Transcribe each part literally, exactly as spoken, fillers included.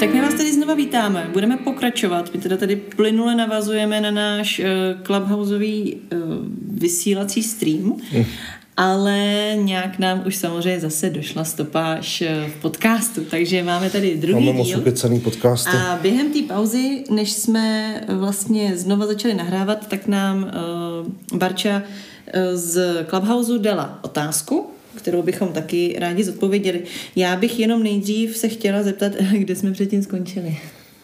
Tak my vás tady znova vítáme. Budeme pokračovat. My teda tady plynule navazujeme na náš uh, clubhouseový uh, vysílací stream, mm. ale nějak nám už samozřejmě zase došla stopáž uh, v podcastu, takže máme tady druhý máme díl. Máme podcast. A během té pauzy, než jsme vlastně znova začali nahrávat, tak nám uh, Barča uh, z Clubhouseu dala otázku, kterou bychom taky rádi zodpověděli. Já bych jenom nejdřív se chtěla zeptat, kde jsme předtím skončili.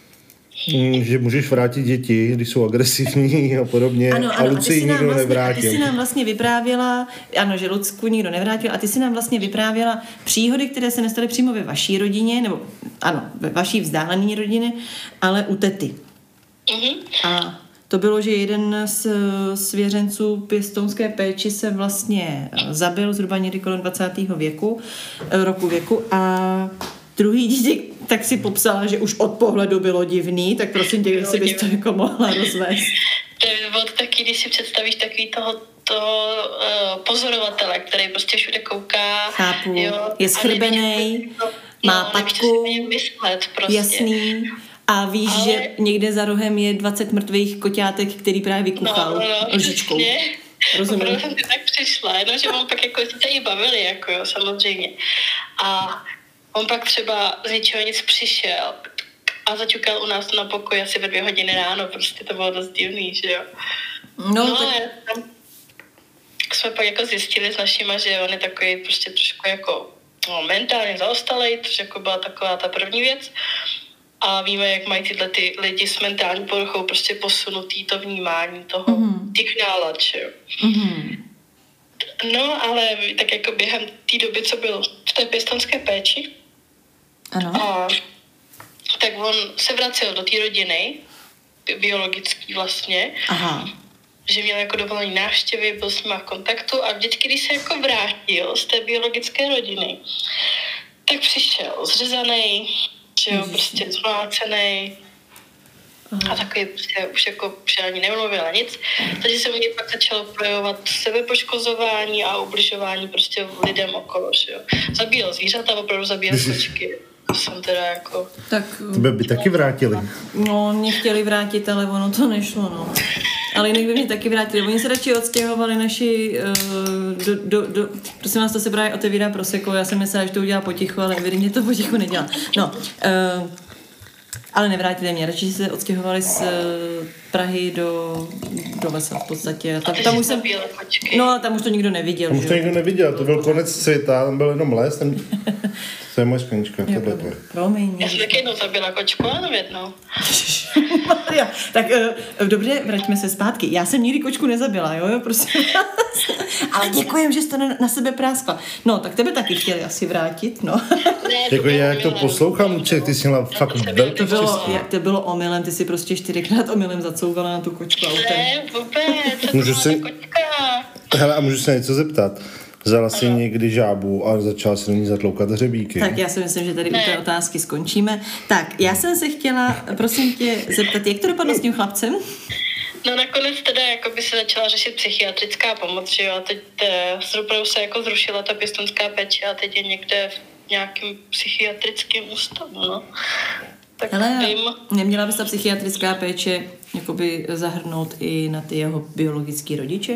Že můžeš vrátit děti, když jsou agresivní a podobně. Ano, ano, a Luci nikdo vlastně, nevrátil. A ty si nám vlastně vyprávěla, ano, že Lucku nikdo nevrátil, a ty si nám vlastně vyprávěla příhody, které se nestaly přímo ve vaší rodině, nebo ano, ve vaší vzdálené rodině, ale u tety. Mm-hmm. A to bylo, že jeden z svěřenců pěstounské péči se vlastně zabil zhruba někdy kolem dvacátého věku, roku věku, a druhý dítě tak si popsala, že už od pohledu bylo divný, tak prosím tě, jestli bys to jako mohla rozvést. To je od taky, když si představíš takový toho, toho uh, pozorovatele, který prostě všude kouká. Chápu, jo, je schrbenej, má no, patku, myslet prostě. Jasný. A víš, ale... že někde za rohem je dvacet mrtvých koťátek, který právě vykuchal no, no, lžičkou. Rozumím. Opravdu jsem si tak přišla, no, že on pak jako se jí bavili, jako jo, samozřejmě. A on pak třeba z ničeho nic přišel a zaťukal u nás na pokoji asi ve dvě hodiny ráno, prostě to bylo dost divný, že jo. No, no tak... ale tam jsme pak jako zjistili s našima, že on je takový prostě trošku jako no, mentálně zaostalej, což jako byla taková ta první věc. A víme, jak mají tyhle ty lidi s mentální poruchou prostě posunutý to vnímání toho, mm-hmm. těch nálad, že jo. Mm-hmm. No, ale tak jako během té doby, co byl v té pěstounské péči, ano. A, tak on se vracel do té rodiny, biologický vlastně, Aha. že měl jako dovolený návštěvy, byl s nima v kontaktu a vždycky, když se jako vrátil z té biologické rodiny, tak přišel zřezanej, že jo, prostě zmlácenej a takový prostě už jako už ani nemluvil a nic. Takže se mu pak začalo projevovat sebepoškozování a ubližování prostě lidem okolo, že jo. Zabíjel zvířata, opravdu zabíjel kočky. To jsem teda jako... Tak... Tebe by taky vrátili. No, mě chtěli vrátit, ale ono to nešlo, no. Ale jinak by mě taky vrátili. Oni se radši odstěhovali naši uh, do, do, do... Prosím vás, to se právě otevírá proseko. Já jsem myslela, že to udělá potichu, ale evidentně to potichu nedělá. No, uh, ale nevrátili mě. Radši se odstěhovali z uh, Prahy do, do lesa v podstatě. A tam, tam už jsem... No, ale tam už to nikdo neviděl. Tam už to nikdo neviděl. To byl konec světa, tam byl jenom les. Tam... To je moje sklenička. Jo, to. Promiň. Já jsem taky jednou zabila kočku, ano jednou. Tak uh, dobře, vraťme se zpátky. Já jsem nikdy kočku nezabila, jo, jo, prosím vás. Ale děkujem, že jste na, na sebe práskla. No, tak tebe taky chtěli asi vrátit, no. Ne, jako já, jak to poslouchám, Luček, ty jsi měla fakt velké to bylo, jak to bylo omylem, ty si prostě čtyřikrát omylem zacouvala na tu kočku autem. Ne, vůbec, můžu se... kočka. Hele, a můžu se něco zeptat? Vzala si někdy žábu a začala si do ní zatloukat hřebíky. Tak já si myslím, že tady ne. u té otázky skončíme. Tak, já jsem se chtěla, prosím tě, zeptat, jak to dopadlo s tím chlapcem? No nakonec teda jako by se začala řešit psychiatrická pomoc, že jo, a teď opravdu se jako zrušila ta pěstounská péče a teď je někde v nějakém psychiatrickém ústavu, no. Tak hele, vím. Neměla bys ta psychiatrická péče jakoby zahrnout i na ty jeho biologický rodiče?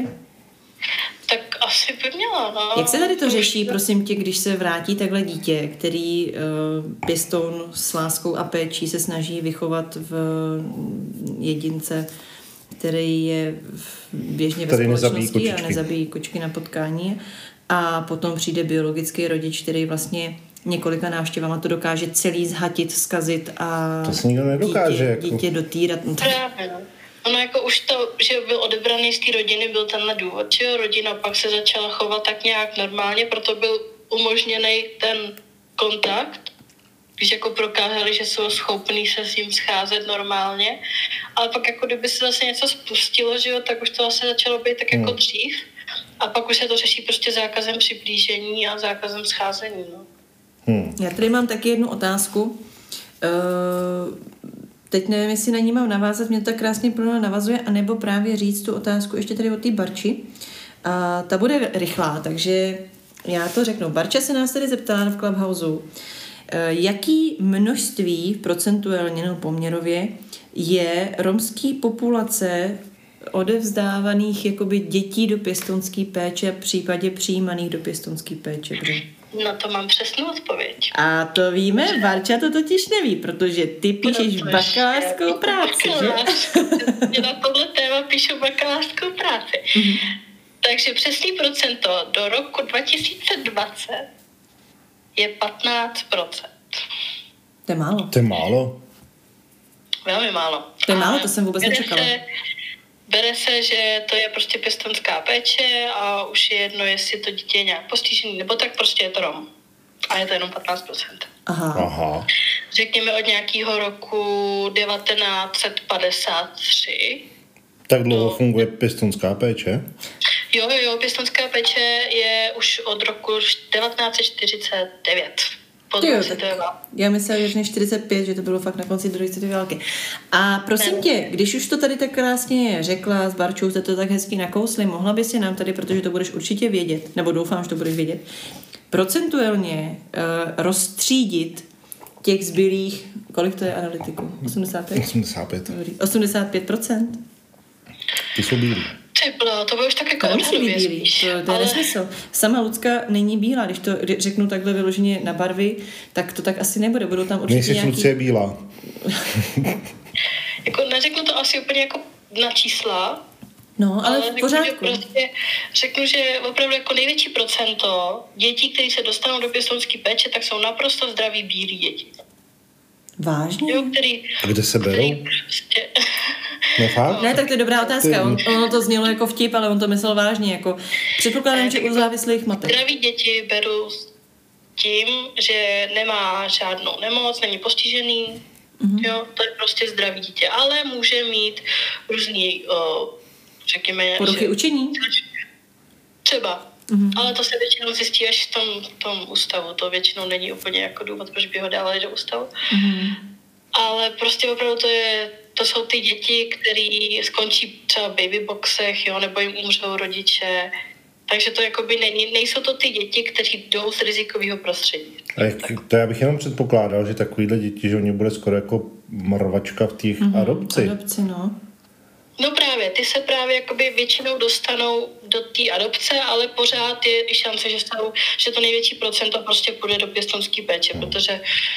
Tak asi by měla, no. Jak se tady to řeší, prosím tě, když se vrátí takhle dítě, který uh, pěstoun s láskou a péčí se snaží vychovat v jedince, který je běžně ve společnosti a nezabíjí kočky na potkání, a potom přijde biologický rodič, který vlastně několika návštěvama to dokáže celý zhatit, zkazit a to se nikdo nedokáže, dítě, jako. dítě dotírat. No, právě, no. Ono jako už to, že byl odebraný z té rodiny, byl tenhle důvod, že jo, rodina pak se začala chovat tak nějak normálně, proto byl umožněný ten kontakt, když jako prokázali, že jsou schopní se s ním scházet normálně, ale pak jako kdyby se zase něco spustilo, že jo, tak už to zase začalo být tak jako hmm. dřív a pak už se to řeší prostě zákazem přiblížení a zákazem scházení, no. Hmm. Já tady mám taky jednu otázku. Uh... Teď nevím, jestli na ní mám navázat, mě to tak krásně plno navazuje, anebo právě říct tu otázku ještě tady od té Barči. A ta bude rychlá, takže já to řeknu. Barča se nás tady zeptala v Clubhouseu, Jaký množství procentuálně nebo poměrově je romský populace odevzdávaných jakoby dětí do pěstounské péče v případě přijímaných do pěstounské péče? Na to mám přesnou odpověď. A to víme, Barča to totiž neví, protože ty píšeš protože bakalářskou práci, bakalář, že? Já na tohle téma píšu bakalářskou práci. Mm-hmm. Takže přesný procento do roku dva tisíce dvacet je patnáct procent. To je málo. To je málo. Velmi málo. To je málo, to jsem vůbec bere nečekala. Se, bere se, že to je prostě pěstounská péče a už je jedno, jestli to dítě je nějak postižený, nebo tak prostě je to Rom. A je to jenom patnáct procent. Aha. Aha. Řekněme od nějakého roku devatenáct set padesát tři. Tak dlouho to... funguje pěstounská péče? Jo, jo, jo, pěstounská péče je už od roku devatenáct set čtyřicet devět. Já myslela, že než čtyřicet pět, že to bylo fakt na konci druhé světové války. A prosím ne. tě, když už to tady tak krásně řekla, s Barčou jste to tak hezky nakousli, mohla by si nám tady, protože to budeš určitě vědět, nebo doufám, že to budeš vědět, procentuálně uh, rozstřídit těch zbylých, kolik to je analytiků? osmdesát pět? osmdesát pět. osmdesát pět procent? Ty jsou bílí. Bylo, to bylo už tak jako to odhadově bílý, to, to je ale... nesmysl. Sama Lucka není bílá, když to řeknu takhle vyloženě na barvy, tak to tak asi nebude, budou tam určitě Nejsi nějaký... Lucie bílá. Jako neřeknu to asi úplně jako na čísla, no, ale, ale v pořádku. Řeknu, že prostě, řeknu, že opravdu jako největší procento dětí, které se dostanou do pěstounské péče, tak jsou naprosto zdraví bílí děti. Vážně? Jo, který, A kde se berou? Prostě... No, ne, tak to je dobrá otázka. On, ono to znělo jako vtip, ale on to myslel vážně. Jako předpokládám, že u závislých matek. Zdraví děti beru tím, že nemá žádnou nemoc, není postižený. Mm-hmm. Jo, to je prostě zdravý dítě. Ale může mít různý, o, řekněme... poruchy učení? Třeba. Mm-hmm. Ale to se většinou zjistí až v tom, tom ústavu. To většinou není úplně jako důvod, proč by ho dávali do ústavu. Mm-hmm. Ale prostě opravdu to je... To jsou ty děti, které skončí třeba v babyboxech, jo, nebo jim umřou rodiče. Takže to jakoby není, nejsou to ty děti, kteří jdou z rizikového prostředí. A jak, to já bych jenom předpokládal, že takovýhle děti, že oni bude skoro jako mrvačka v těch mm-hmm, adopci. Adopci, no. No právě, ty se právě jakoby většinou dostanou do té adopce, ale pořád je i šance, že, jsou, že to největší procento prostě půjde do pěstounské péče, mm. protože,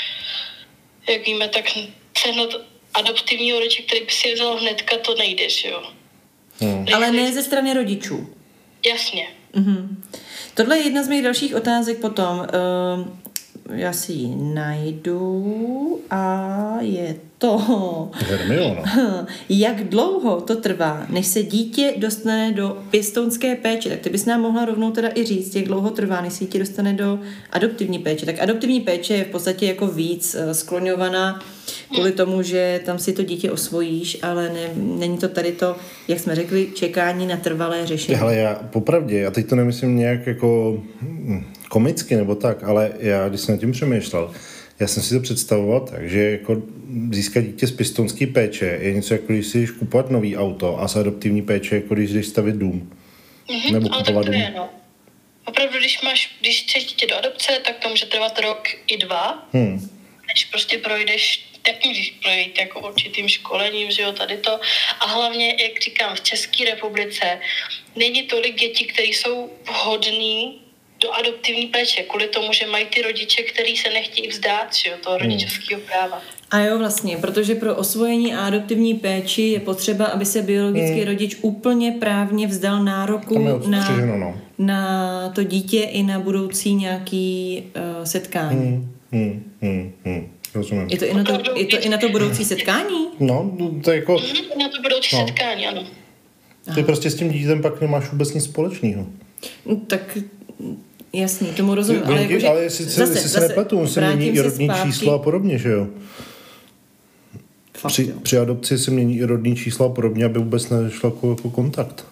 jak víme, tak sehnat adoptivního rodiče, který by si je vzal hnedka, to nejde, že jo. Hmm. Ale ne ze strany rodičů. Jasně. Mm-hmm. Tohle je jedna z mých dalších otázek potom. Uh, já si ji najdu a je to... Hermiona. Jak dlouho to trvá, než se dítě dostane do pěstounské péče? Tak ty bys nám mohla rovnou teda i říct, jak dlouho trvá, než se dítě dostane do adoptivní péče. Tak adoptivní péče je v podstatě jako víc uh, skloňovaná kvůli tomu, že tam si to dítě osvojíš, ale ne, není to tady to, jak jsme řekli, čekání na trvalé řešení. Ale já popravdě, já teď to nemyslím nějak jako komicky nebo tak, ale já, když jsem nad tím přemýšlel, já jsem si to představoval tak, že jako získat dítě z pěstounské péče je něco jako, když si jdeš kupovat nový auto a z adoptivní péče jako když jdeš stavit dům. Mm-hmm, nebo kupovat dům. Je, no. Opravdu, když máš, když chceš dítě do adopce, tak to může trvat rok i dva, hmm. než prostě projdeš, tak můžeš projít jako určitým školením, že jo, tady to. A hlavně, jak říkám, v České republice není tolik dětí, které jsou vhodný do adoptivní péče, kvůli tomu, že mají ty rodiče, který se nechtějí vzdát, že jo, toho rodičovského práva. A jo, vlastně, protože pro osvojení a adoptivní péči je potřeba, aby se biologický hmm. rodič úplně právně vzdal nároku na, no. na to dítě i na budoucí nějaký uh, setkání. Hmm. Hmm. Hmm. Hmm. Rozumím. Je to, i na to, je to i na to budoucí setkání? No, to je jako... Mm, na to budoucí no. setkání, ano. Ty prostě s tím dítětem pak nemáš vůbec nic společného. No, tak... Jasný, tomu rozumím. Ale, jako, že ale jestli, zase, jestli se nepletu, se mění i rodní zpátky. Číslo a podobně, že jo? Fakt, při, jo. při adopci se mění i rodní číslo a podobně, aby vůbec nešlo jako, jako kontakt.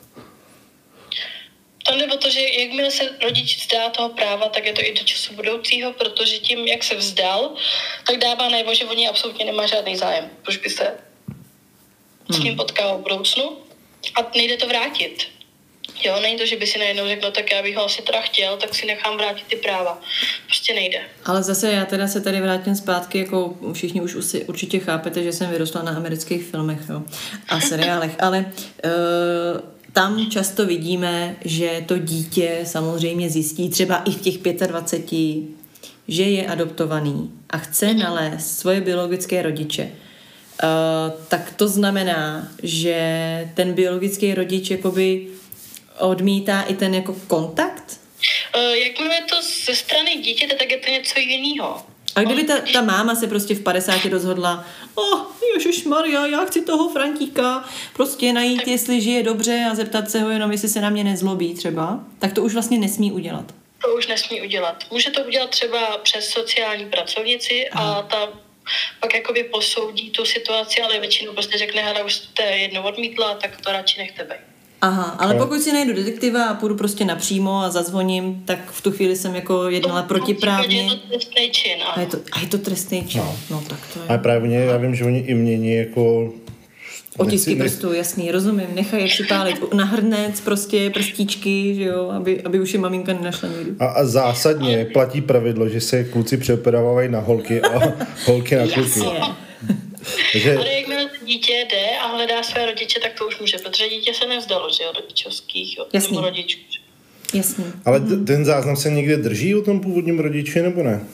To nebo to, že jakmile se rodič vzdá toho práva, tak je to i do času budoucího, protože tím, jak se vzdal, tak dává najevo, že o něj absolutně nemá žádný zájem. Proč by se hmm. s ním potkal v budoucnu a nejde to vrátit. Jo, není to, že by si najednou řekl, no tak já bych ho asi teda chtěl, tak si nechám vrátit ty práva. Prostě nejde. Ale zase já teda se tady vrátím zpátky, jako všichni už usi, určitě chápete, že jsem vyrostla na amerických filmech, jo, a seriálech, ale uh, tam často vidíme, že to dítě samozřejmě zjistí třeba i v těch dvaceti pěti, že je adoptovaný a chce nalézt svoje biologické rodiče. Uh, tak to znamená, že ten biologický rodič jakoby odmítá i ten jako kontakt? Uh, jakmile je to ze strany dítěte, tak je to něco jiného. A kdyby ta, ta máma se prostě v padesáti rozhodla, oh, ježišmarja, já chci toho Frantíka prostě najít, tak, jestli žije dobře a zeptat se ho jenom, jestli se na mě nezlobí třeba, tak to už vlastně nesmí udělat. To už nesmí udělat. Může to udělat třeba přes sociální pracovnici a ta pak jakoby posoudí tu situaci, ale většinou prostě řekne, hele, už jste jednou odmítla, tak to radši nechte bej. Aha, ale pokud si najdu detektiva a půjdu prostě napřímo a zazvoním, tak v tu chvíli jsem jako jednala to, protiprávně. Je to trestný čin, a je to, a je to trestný čin. No. no tak to je. A právě já vím, že oni i mění jako... Otisky prstů, jasný, rozumím, nechají je připálit na hrnec, prostě prstíčky, že jo, aby, aby už je maminka nenašla nikdy. A, a zásadně platí pravidlo, že se kluci přepedávají na holky a holky na kluky. Takže... Ale jakmile to dítě jde a hledá své rodiče, tak to už může, protože dítě se nevzdalo, že jo, rodičovských, jo, nebo rodičů. Jasný. Ale t- ten záznam se někde drží o tom původním rodiči, nebo ne?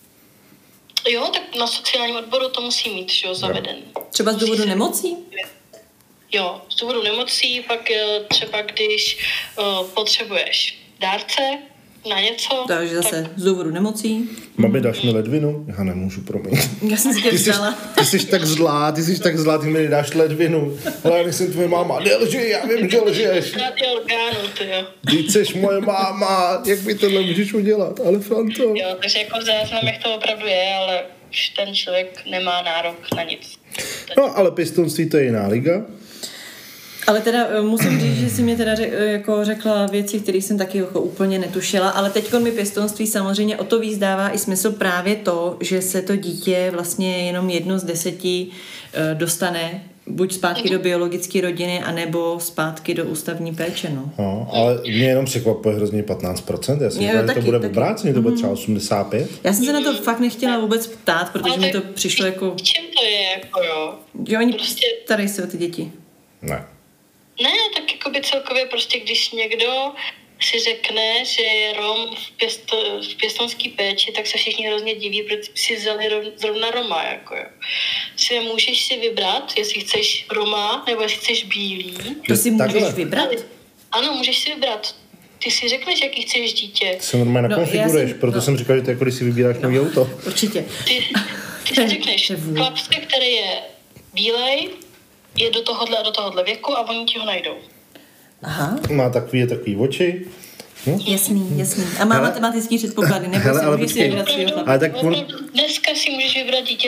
Jo, tak na sociálním odboru to musí mít, že jo, zaveden. Třeba z důvodu nemocí? Jo, z důvodu nemocí, pak třeba když uh, potřebuješ dárce na něco. Takže zase tak... z důvodu nemocí. Mami, dáš mi ledvinu? Já nemůžu, promiň. Já jsem si tě vzdala. Ty jsi tak zlá, ty jsi tak zlá, ty mi nedáš ledvinu. Ale já nejsem tvoje máma. Nelži, já vím, že lžeš. Ty orgánu, ty jo. Ty jsi moje máma, jak by tohle můžeš udělat, ale Franto. Jo, takže jako v záznamech to opravdu je, ale už ten člověk nemá nárok na nic. No, ale pěstounství to je jiná liga. Ale teda musím říct, že jsi mě teda řek, jako řekla věci, které jsem taky jako úplně netušila, ale teďkon mi pěstounství samozřejmě o to víc dává i smysl právě to, že se to dítě vlastně jenom jedno z deseti dostane buď zpátky do biologické rodiny, anebo zpátky do ústavní péče, no. no ale mě jenom překvapuje hrozně patnáct procent. Já si říkám, že to bude obráceně, to bude třeba osmdesát pět. Já jsem se na to fakt nechtěla vůbec ptát, protože mi to přišlo jako... Čím to je, jako jo? Jo, oni prostě... starají se o ty děti. Ne. Ne, tak jako by celkově prostě, když někdo si řekne, že je Rom v, pěsto, v pěstounský péči, tak se všichni hrozně diví, protože si vzali zrovna Roma, jako jo. Si můžeš si vybrat, jestli chceš Roma, nebo jestli chceš bílý. To si můžeš Takhle. vybrat? Ano, můžeš si vybrat. Ty si řekneš, jaký chceš dítě. Se normálně nakonfiguruješ, no, proto no. jsem říkal, že to je jako, když si vybíráš nový no, auto. Určitě. Ty, ty si řekneš, chlapce, který je bílej, je do tohohle a do tohohle věku a oni ti ho najdou. Aha. Má takový, takový oči. Hm? Jasný, jasný. A má hele, matematický předpoklady, nebo hele, si můžeš si vybrat svýho chlapce. Tak on... Dneska si můžeš vybrat dítě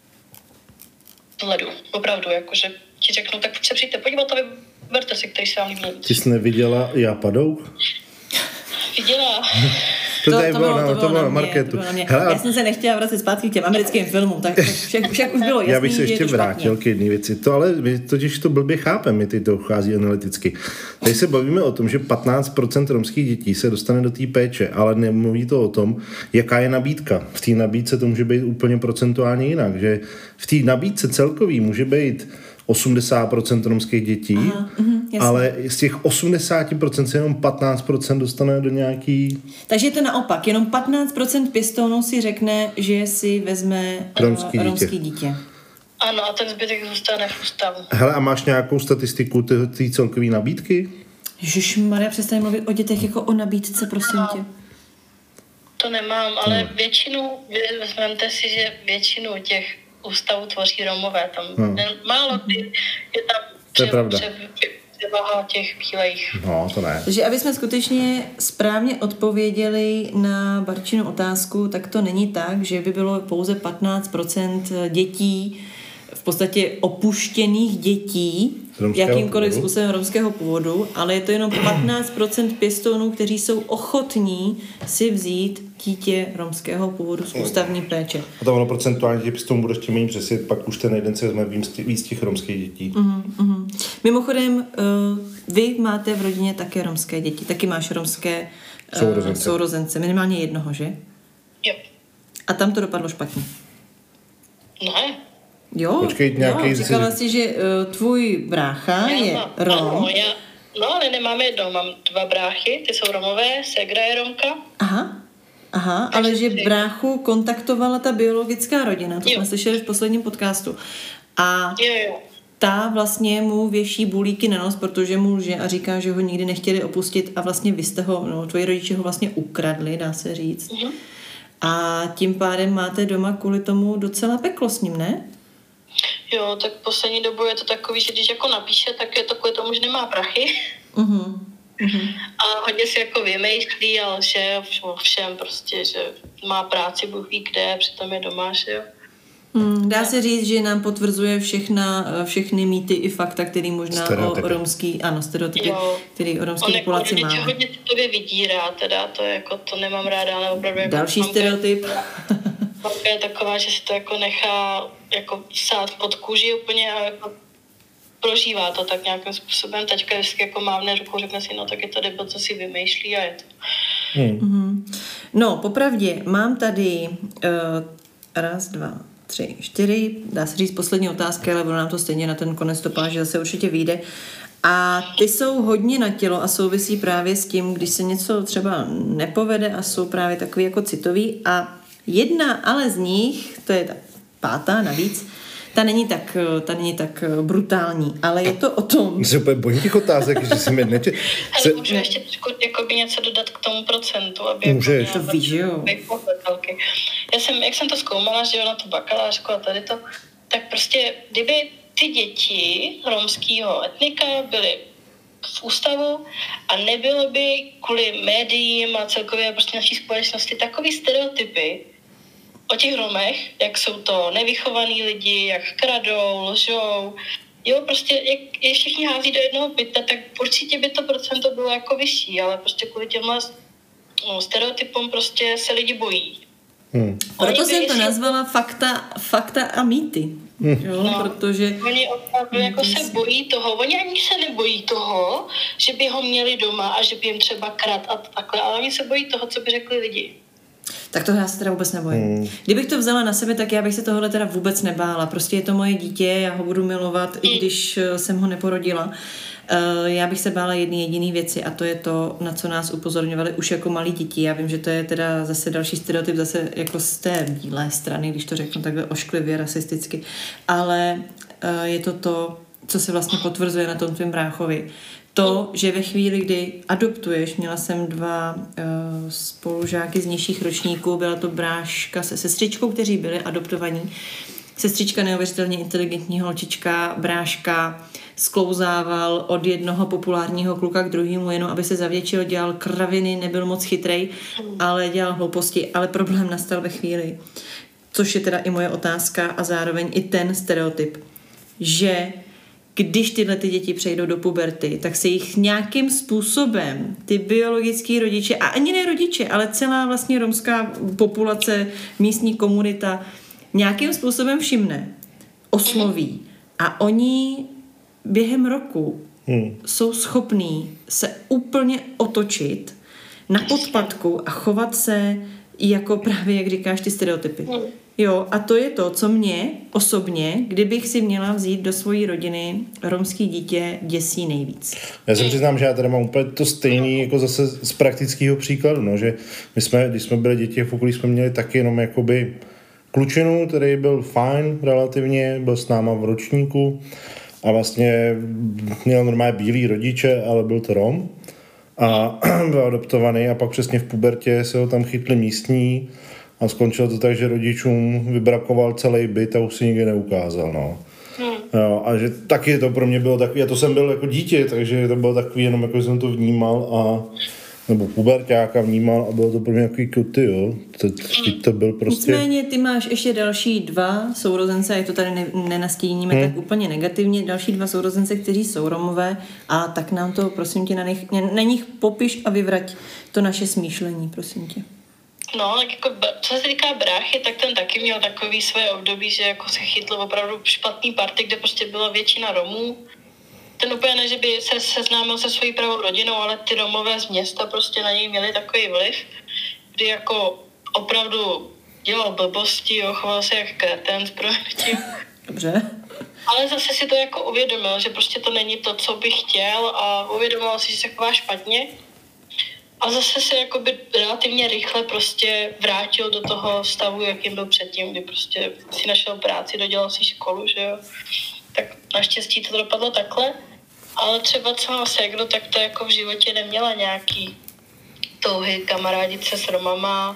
vzhledu. Opravdu, jakože ti řeknu, tak se přijďte podívat a vyberte si, který se vám líbí. Ty jsi neviděla Já padou? Viděla. To, to, to, bylo, na, to bylo na marketu. Hele, já jsem se nechtěla vracet zpátky k těm americkým filmům, tak však, však už bylo jasný, já bych se ještě to vrátil k jedné věci. To ale my totiž to blbě chápeme, my teď to uchází analyticky. Tady se bavíme o tom, že patnáct procent romských dětí se dostane do té péče, ale nemluví to o tom, jaká je nabídka. V té nabídce to může být úplně procentuálně jinak, že v té nabídce celkový může být osmdesát procent romských dětí, aha, uh, ale z těch osmdesát procent se jenom patnáct procent dostane do nějaký... Takže je to naopak, jenom patnáct procent pěstounů si řekne, že si vezme romský, uh, romský dítě. dítě. Ano, a ten zbytek zůstane v ústavu. Hele, a máš nějakou statistiku té celkové nabídky? Ježišmarja, přestaň mluvit o dětech jako o nabídce, prosím no, tě. To nemám, ale no. většinu, vezmete si, že většinu těch ústavu tvoří Romové. Tam no. málo kdy je tam to je pravda. převaha těch bílejch. No, to ne. Takže aby jsme skutečně správně odpověděli na Barčinu otázku, tak to není tak, že by bylo pouze patnáct procent dětí, v podstatě opuštěných dětí, jakýmkoliv způsobem romského původu, ale je to jenom patnáct procent pěstounů, kteří jsou ochotní si vzít dítě romského původu z ústavní péče. A to ono procentuálně těch pěstounů bude ještě méně přesvět, pak už ten jeden se vezme víc těch romských dětí. Uh-huh, uh-huh. Mimochodem, uh, vy máte v rodině také romské děti, taky máš romské uh, sourozence. sourozence, minimálně jednoho, že? Jo. A tam to dopadlo špatně? Ne. Jo, Počkej, nějaký jo, říkala si... si, že uh, tvůj brácha já je mám, Rom. Ano, já, no, ale nemám jedno, mám dva bráchy, ty jsou Romové, ségra je Romka. Aha, aha, ale že bráchu kontaktovala ta biologická rodina, to jo. jsme slyšeli v posledním podcastu. A jo, jo. ta vlastně mu věší bulíky na nos, protože mu lže a říká, že ho nikdy nechtěli opustit a vlastně vy jste ho, no, tvoji rodiče ho vlastně ukradli, dá se říct. Mhm. A tím pádem máte doma kvůli tomu docela peklo s ním, ne? Jo, tak poslední dobu je to takový, že když jako napíše, tak je to kvůli tomu, že nemá prachy. Uh-huh. Uh-huh. A hodně si jako vymýšlí, ale že všem prostě, že má práci, Bůh ví kde, přitom je doma, že jo. Hmm, dá se říct, že nám potvrzuje všechna, všechny mýty i fakta, který možná stereotypy. o romský, ano, stereotypy, jo. který o romské populaci máme. On hodně tobě vydírá, teda, to je jako, to nemám ráda, ale opravdu jako další stereotyp. Mamka je taková, že si to jako nechá jako sát pod kůži úplně a jako prožívá to tak nějakým způsobem. Taťka vždycky jako mávne rukou, řekne si, no tak je to debil, co si vymýšlí a je to. Hmm. Mm-hmm. No, popravdě, mám tady uh, raz, dva, tři, čtyři, dá se říct poslední otázka, ale ono nám to stejně na ten konec stopáže zase určitě vyjde. A ty jsou hodně na tělo a souvisí právě s tím, když se něco třeba nepovede a jsou právě takový jako citový. A jedna ale z nich, to je ta pátá navíc, ta není tak, ta není tak brutální, ale je to o tom... Se úplně bojím těch otázek, že jsem je neče... Se... Ale můžu ještě jakoby něco dodat k tomu procentu, aby... Můžeš. Jako to víš, jo. Já jsem, jak jsem to zkoumala, že jo, na tu bakalářku a tady to, tak prostě, kdyby ty děti romského etnika byly v ústavu a nebylo by kvůli médiím a celkově prostě naší společnosti takový stereotypy o těch Romech, jak jsou to nevychovaní lidi, jak kradou, lžou, jo, prostě jak je všichni hází do jednoho pytle, tak určitě by to procento bylo jako vyšší, ale prostě kvůli těmhle no, stereotypům prostě se lidi bojí. Hmm. Proto jsem to nazvala fakta, fakta a mýty. Hmm. Jo, no, protože... Oni opravdu jako se bojí toho, oni ani se nebojí toho, že by ho měli doma a že by jim třeba krát a takhle, ale oni se bojí toho, co by řekli lidi. Tak toho já se teda vůbec nebojím. Hmm. Kdybych to vzala na sebe, tak já bych se tohle teda vůbec nebála. Prostě je to moje dítě, já ho budu milovat, hmm. i když jsem ho neporodila. Uh, já bych se bála jedné jediné věci a to je to, na co nás upozorňovali už jako malí děti. Já vím, že to je teda zase další stereotyp, zase jako z té bílé strany, když to řeknu takhle ošklivě, rasisticky. Ale uh, je to to, co se vlastně potvrzuje na tom tvým bráchovi. To, že ve chvíli, kdy adoptuješ, měla jsem dva uh, spolužáky z nižších ročníků, byla to bráška se sestřičkou, kteří byli adoptovaní. Sestřička neuvěřitelně inteligentní holčička, bráška sklouzával od jednoho populárního kluka k druhému, jenom aby se zavděčil, dělal kraviny, nebyl moc chytrej, ale dělal hlouposti. Ale problém nastal ve chvíli, což je teda i moje otázka a zároveň i ten stereotyp, že když tyhle ty děti přejdou do puberty, tak se jich nějakým způsobem ty biologický rodiče, a ani ne rodiče, ale celá vlastně romská populace, místní komunita, nějakým způsobem všimne, osloví a oni během roku hmm. jsou schopní se úplně otočit na podpatku a chovat se jako právě, jak říkáš, ty stereotypy. Hmm. Jo, a to je to, co mě osobně, kdybych si měla vzít do svojí rodiny romský dítě, děsí nejvíc. Já se přiznám, že já tady mám úplně to stejný jako zase z praktického příkladu, no, že my jsme, když jsme byli děti v okolí, jsme měli taky jenom jakoby klučinu, který byl fajn relativně, byl s náma v ročníku a vlastně měl normálně bílý rodiče, ale byl to Rom a byl adoptovaný a pak přesně v pubertě se ho tam chytli místní a skončilo to tak, že rodičům vybrakoval celý byt a už si nikdy neukázal, no. Hmm. Jo, a že taky to pro mě bylo takový, já to jsem byl jako dítě, takže to bylo takový jenom, jako jsem to vnímal a nebo puberťáka vnímal a bylo to pro mě takový kuty, jo. Teď, teď to byl prostě... Nicméně ty máš ještě další dva sourozence, jak to tady ne, nenastíníme hmm. tak úplně negativně, další dva sourozence, kteří jsou Romové a tak nám to, prosím tě, na nich, na nich popiš a vyvrať to naše smýšlení, prosím tě. No, tak jako, co se týká bráchy, tak ten taky měl takový své období, že jako se chytl opravdu špatný party, kde prostě byla většina Romů. ten úplně ne, že by se seznámil se svojí pravou rodinou, ale ty Romové z města prostě na něj měli takový vliv, kdy jako opravdu dělal blbosti, jo, choval se jak kreten s prohnutím. Dobře. Ale zase si to jako uvědomil, že prostě to není to, co bych chtěl a uvědomil si, že se chová špatně. A zase se jakoby relativně rychle prostě vrátil do toho stavu, jakým byl předtím, kdy prostě si našel práci, dodělal si školu, že jo. Tak naštěstí to dopadlo takhle. Ale třeba celá ségru, tak to jako v životě neměla nějaký touhy kamarádit se s Romama,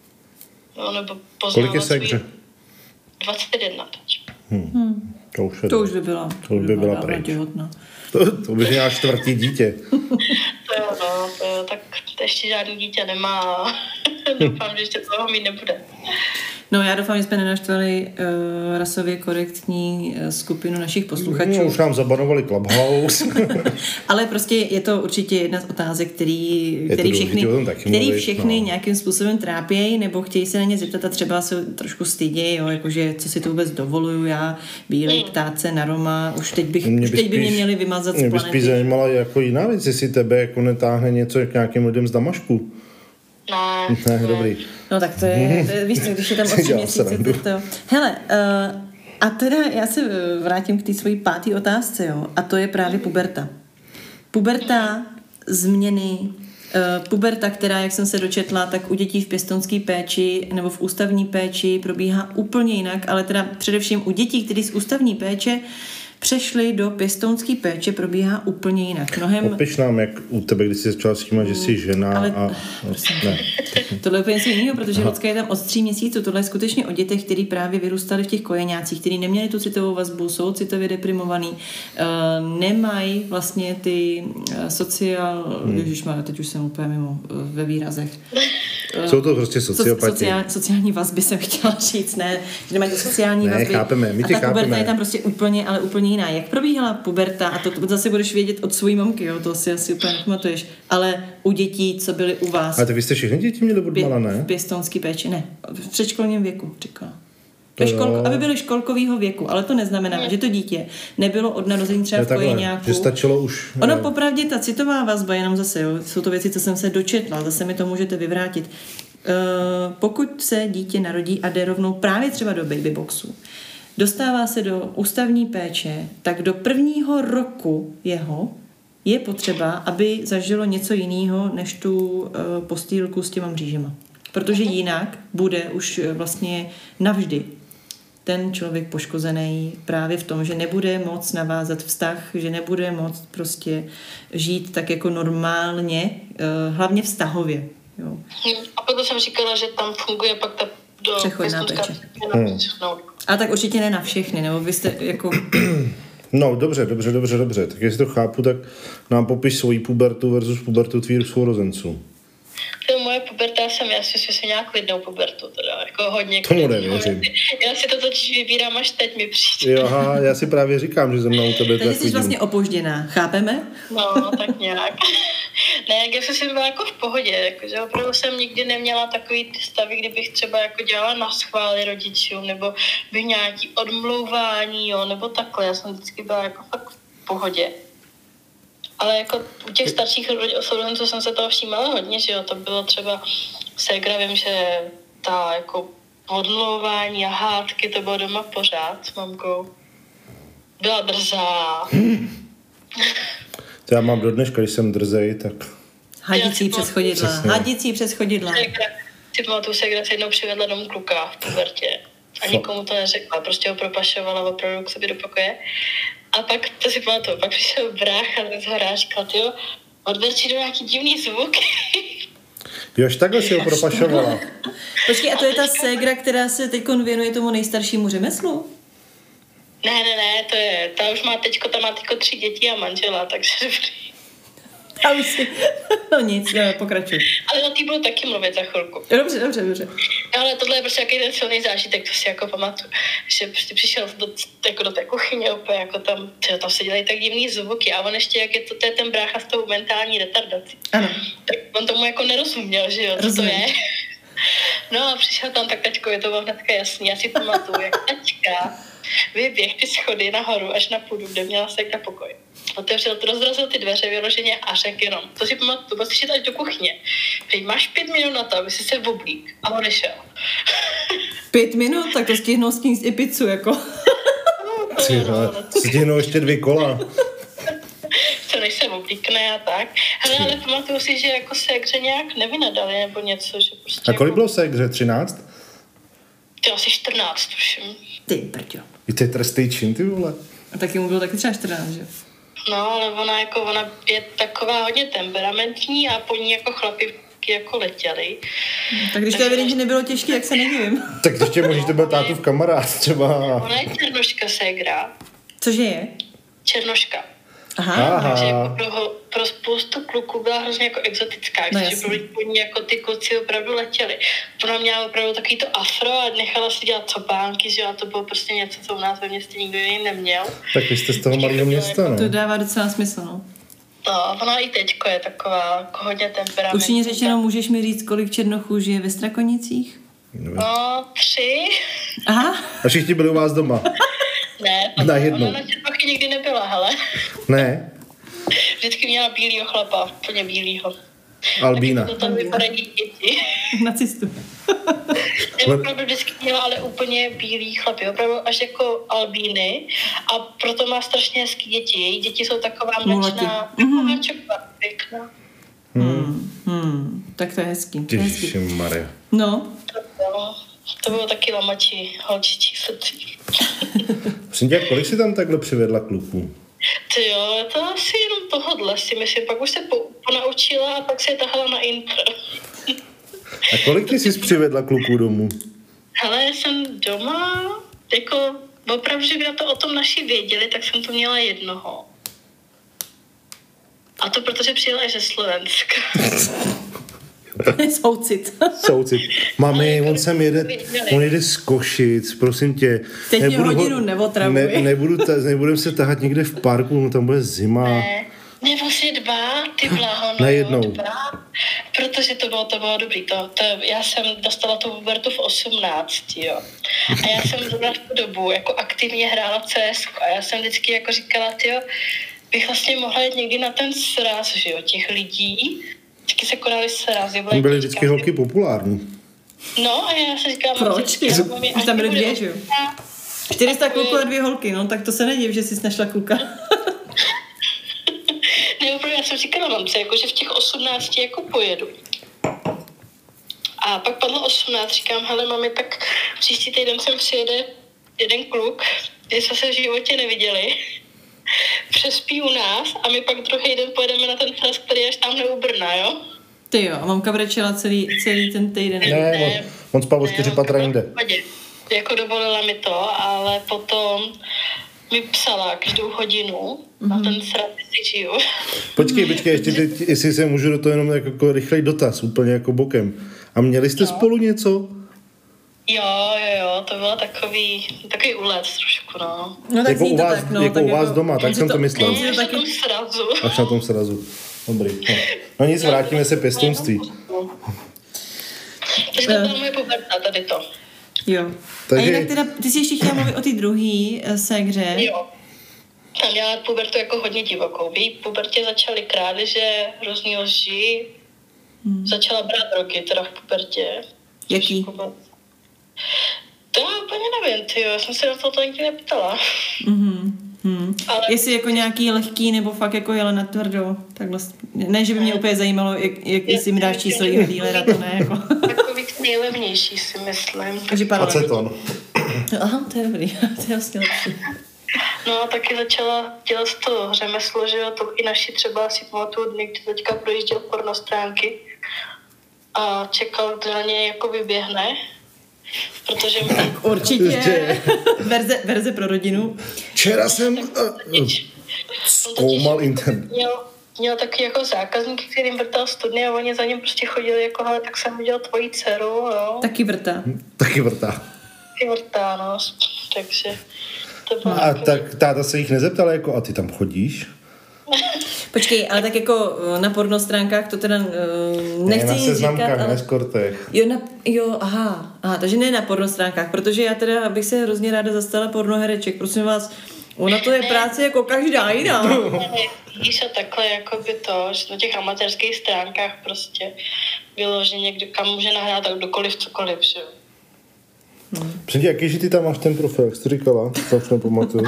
no, nebo poznávat. Kolik je ségře? dvacet jedna teď. Hmm. Hmm. To už, to už by byla, to už by byla, byla pryč. To, to by měla čtvrtý dítě. To jo, no, to jo, tak to ještě žádný dítě nemá a doufám, že ještě toho mít nebude. No já doufám, že jsme nenaštvali uh, rasově korektní uh, skupinu našich posluchačů. No, už nám zabanovali Clubhouse. Ale prostě je to určitě jedna z otázek, který, který všechny, který mluvit, všechny no. nějakým způsobem trápějí, nebo chtějí se na ně zeptat a třeba se trošku stydějí, jo, jakože co si to vůbec dovoluju já, bílej ptáce na Roma, už teď, bych, už teď by mě měli vymazat z planety. Mě by spíš zajímala jako jiná věc, jestli tebe jako netáhne něco k nějakým lidem z Damašku. Ne, ne, dobrý. No tak to je, to je víš co, když je tam o tři měsíce. To, to. Hele, uh, a teda já se vrátím k té svojí páté otázce, jo, a to je právě puberta. Puberta, změny, uh, puberta, která, jak jsem se dočetla, tak u dětí v pěstounské péči nebo v ústavní péči probíhá úplně jinak, ale teda především u dětí, kteří z ústavní péče přešli do pěstounské péče, probíhá úplně jinak. Mnohem... Opiš nám, jak u tebe, když jsi začala s tím, že jsi žena ale... a... Ne. Tohle je úplně něco jiného, protože Lucka je tam od tří měsíců. Tohle je skutečně o dětech, kteří právě vyrůstali v těch kojeňácích, kteří neměli tu citovou vazbu, jsou citově deprimovaný, uh, nemají vlastně ty uh, sociál... Hmm. Ježišmarja, teď už jsem úplně mimo uh, ve výrazech. Uh, jsou to prostě sociopati. Sociál, sociální vazby jsem chtěla říct, ne, že nemají ty sociální ne, vazby. Chápeme, my tě a ta chápeme. puberta je tam prostě úplně, ale úplně jiná. Jak probíhala puberta, a to, to zase budeš vědět od svojí mamky, jo, to si asi úplně nepamatuješ, ale u dětí, co byly u vás. Ale ty vy jste všechny děti měli od mala, ne? V pěstounský péči, ne. V předškolním věku, říkala. Ve školko, aby byly školkovýho věku, ale to neznamená, ne. že to dítě nebylo od narození třeba v kojeňáku. Že stačilo už... Ono ne. Popravdě ta citová vazba, jenom zase, jo, jsou to věci, co jsem se dočetla, zase mi to můžete vyvrátit. Uh, pokud se dítě narodí a jde rovnou právě třeba do babyboxu, dostává se do ústavní péče, tak do prvního roku jeho je potřeba, aby zažilo něco jiného než tu uh, postýlku s těma mřížema. Protože jinak bude už vlastně navždy ten člověk poškozený právě v tom, že nebude moc navázat vztah, že nebude moc prostě žít tak jako normálně, uh, hlavně vztahově. Jo. A proto jsem říkala, že tam funguje pak ta do přechodná péče. Hmm. A tak určitě ne na všechny, nebo vy jste jako... No, dobře, dobře, dobře, dobře. Tak jestli to chápu, tak nám popiš svoji pubertu versus pubertu tvých sourozenců. To moje puberta, jsem, já si myslím, nějak klidnou pubertu, teda, jako hodně. Tomu nevěřím. Já si to totiž vybírám, až teď mi přijde. Jo, aha, já si právě říkám, že ze mnou tebe tak jsi vidím. Vlastně opožděná, chápeme? No, tak nějak. Ne, já jsem si byla jako v pohodě, jakože opravdu jsem nikdy neměla takový ty stavy, kdybych třeba jako dělala na schvály rodičům, nebo bych nějaký odmlouvání, jo, nebo takhle, já jsem vždycky byla jako fakt v pohodě. Ale jako u těch starších sourozenců jsem se toho všímala hodně, že jo, to bylo třeba ségra, vím, že ta jako odmlouvání a hádky, to bylo doma pořád s mamkou. Byla drzá. To já mám do dneška, když jsem drzej, tak... Hadicí přes chodidla, hadicí přes chodidla. Si pamatuju, ségra se jednou přivedla domů kluka v pubertě a nikomu to neřekla, prostě ho propašovala opravdu k sobě do pokoje. A pak, to si pamatuju, pak přišel brácha z hora a říkal, tyjo, odverčí do nějaký divný zvuky. Jo, až takhle si ho propašovala. Počkej, a to je ta ségra, která se teď věnuje tomu nejstaršímu řemeslu? Ne, ne, ne, to je, ta už má teďko, ta má teďko tři děti a manžela, takže dobrý. A už si, no nic, no, pokračuj. Ale na tý budu taky mluvit za chvilku. Dobře, dobře, dobře. Ale tohle je prostě jaký ten silný zážitek, to si jako pamatuju, že prostě přišel do, jako do té kuchyně úplně, jako tam, tyjo, tam se dělají tak divný zvuky a on ještě, jak je to, to je ten brácha s tou mentální retardací. Ano. Tak on tomu jako nerozuměl, že jo, co Rozumím. To je. No a přišel tam, tak taťko, je to bylo hnedka jasný, já si pamatuju, jak taťka vyběh ty schody nahoru až na půdu, kde měla ségra pokoj. Otevřel, rozrazil ty dveře vyloženě a řekl jenom, to si pamatuju, to byl slyšet až do kuchyně. Prý, máš pět minut na to, aby si se oblík. A odešel. Pět minut? Tak to stihnou sníst i pizzu, jako. Stihnou ještě dvě kola. Co než se oblíkne a tak. Hele, ale pamatuju si, že jako ségře nějak nevynadali nebo něco, že prostě... A kolik jako... bylo ségře? třináct? Ty asi čtrnáct, tuším. Ty prďo. I to je trestný čin, ty vole. A taky mu bylo taky třeba čtrnáct, že? No, ale ona jako, ona je taková hodně temperamentní a po ní jako chlapi jako letěli. Tak když to evidentně nebylo těžké, jak se nedivím. Tak ještě možná to byl tátův kamarád třeba. Ona je černoška ségra. Cože je? Černoška. Aha. Aha. Takže jako pro, pro spoustu kluků byla hrozně jako exotická. No, Myslím, že pro lidi po ní jako ty kluci opravdu letěli. Ona měla opravdu takový to afro a nechala si dělat copánky, že a to bylo prostě něco, co u nás ve městě nikdo jiný neměl. Tak vy jste z toho malého města, no. To dává docela smysl, no. No, ona i teďko je taková jako hodně temperamentní. Upřímně řečeno, můžeš mi říct, kolik černochů žije ve Strakonicích? No, tři. Aha. A všichni byli u vás doma? Ne, Na jednou. ona na Čerpachy nikdy nebyla, hele. Ne? Vždycky měla bílýho chlapa, úplně bílýho. Albína. To tam vypadají děti. Nacistu. Ne, opravdu vždycky měla ale úplně bílý chlapy, opravdu až jako albíny a proto má strašně hezký děti. Její děti jsou taková mlečná, taková čokoládová, pěkná. Hmm. Hmm. Tak to je hezký. To je hezký. Ježišmarja. No. To bylo, to bylo taky lamačí holčičí srdcí. Prosím tě, kolik jsi tam takhle přivedla kluků? Ty jo, to asi jenom tohodle si myslím. Pak už se po, ponaučila a pak se je tahala na intro. A kolik ty jsi přivedla kluků domů? Hele, jsem doma, jako opravdu, že by na to o tom naši věděli, tak jsem tu měla jednoho. A to protože přijela i ze Slovenska. Soucit. Soucit. Mami, on sem jede, on jede z Košic, prosím tě. Teď mě hodinu neotravuj. Ne, nebudu ta, nebudem se tahat někde v parku, no tam bude zima. Ne, ne vlastně dva, ty bláho, no Najednou. dva, protože to bylo, to bylo dobrý. To, to, já jsem dostala tu Hubertu v osmnácti, jo. A já jsem zrovna v tu dobu jako aktivně hrála C S a já jsem vždycky jako říkala, tyjo, bych vlastně mohla jít někdy na ten sraz, že jo, těch lidí. Vždycky se konaly srazy. Tam byly vždycky holky populární. No a já se říkám... Proč? Už tam byly dvě, že jo? čtyři sta kluků a dvě holky, no tak to se nediv, že jsi našla kluka. Ne, opravdu, já jsem říkala mamce, jako, že v těch osmnácti jako pojedu. A pak padlo osmnáct, říkám, hele mami, tak příští týden sem přijede jeden kluk, který jsme se v životě neviděli. Přespí u nás a my pak druhý den pojedeme na ten sraz, který je až tamhle u Brna, jo? Ty jo, a mamka brečela celý, celý ten týden. Ne, ne on, on spal o čtyři patra jinde. Jako dovolila mi to, ale potom mi psala každou hodinu mm-hmm. na ten sraz, si žiju. Počkej, počkej, ještě teď, jestli se můžu do toho jenom jako rychlej dotaz, úplně jako bokem. A měli jste no. spolu něco? Jo, jo, jo, to bylo takový, takový úlet trošku, no. No tak jako u vás, tak, no, jako tak u vás jako, doma, tak jsem to, to myslel. Ne, až na tom srazu. Až na tom srazu. Dobrý. No, no nic, vrátíme se pěstounství. Takže to byla moje puberta, tady to. Jo. Takže... A jinak teda, ty jsi ještě chtěla mluvit o té druhý uh, ségře. Jo. Tam měla pubertu jako hodně divokou. V její pubertě začaly krádeže, různý lži. Hmm. Začala brát drogy, teda v pubertě. Jaký? To já úplně nevím, tyjo. Já jsem se na to nikdy neptala. Mm-hmm. Hmm. Ale... Jestli jako nějaký lehký, nebo fakt jako jele na tvrdo. Takhle. Ne, že by mě úplně zajímalo, jak, jak jestli mi dáš číslo jeho dílera, to ne. Jako. Takový nejlevnější si myslím. Aceton. Aha, to je dobrý. To je vlastně lepší. No a taky začala dělat to řemeslo, že jo, to i naši třeba si pamatuju dny, kdy teďka projížděl pornostránky a čekal, kdo na něj jako vyběhne. Protože mě... Určitě. verze, verze pro rodinu. Včera jsem uh, zkoumal internet. Měl, měl taky jako zákazník, kterým vrtal studny a oni za ním prostě chodili jako, hele, tak jsem udělal tvoji dceru, no. Taky vrtá. Taky vrtá. Taky vrtá, no. Takže to bylo a takový... tak táta se jich nezeptal, jako, a ty tam chodíš? Počkej, ale tak jako na pornostránkách to teda uh, nechci ne, nic na seznamkách, říkat, ale... na eskortech. Jo, na, jo, aha, aha, takže ne na pornostránkách, protože já teda bych se hrozně ráda zastala pornohereček, prosím vás, ona to je práce jako každá jiná. Vidíš se takhle, jako by to, že na těch amatérských stránkách prostě bylo, že někdo, kam může nahrát tak kdokoliv, cokoliv, že jo. Hmm. Přijde, jaký ty tam máš ten profil, jak jsi to říkala? To už nepamatuju.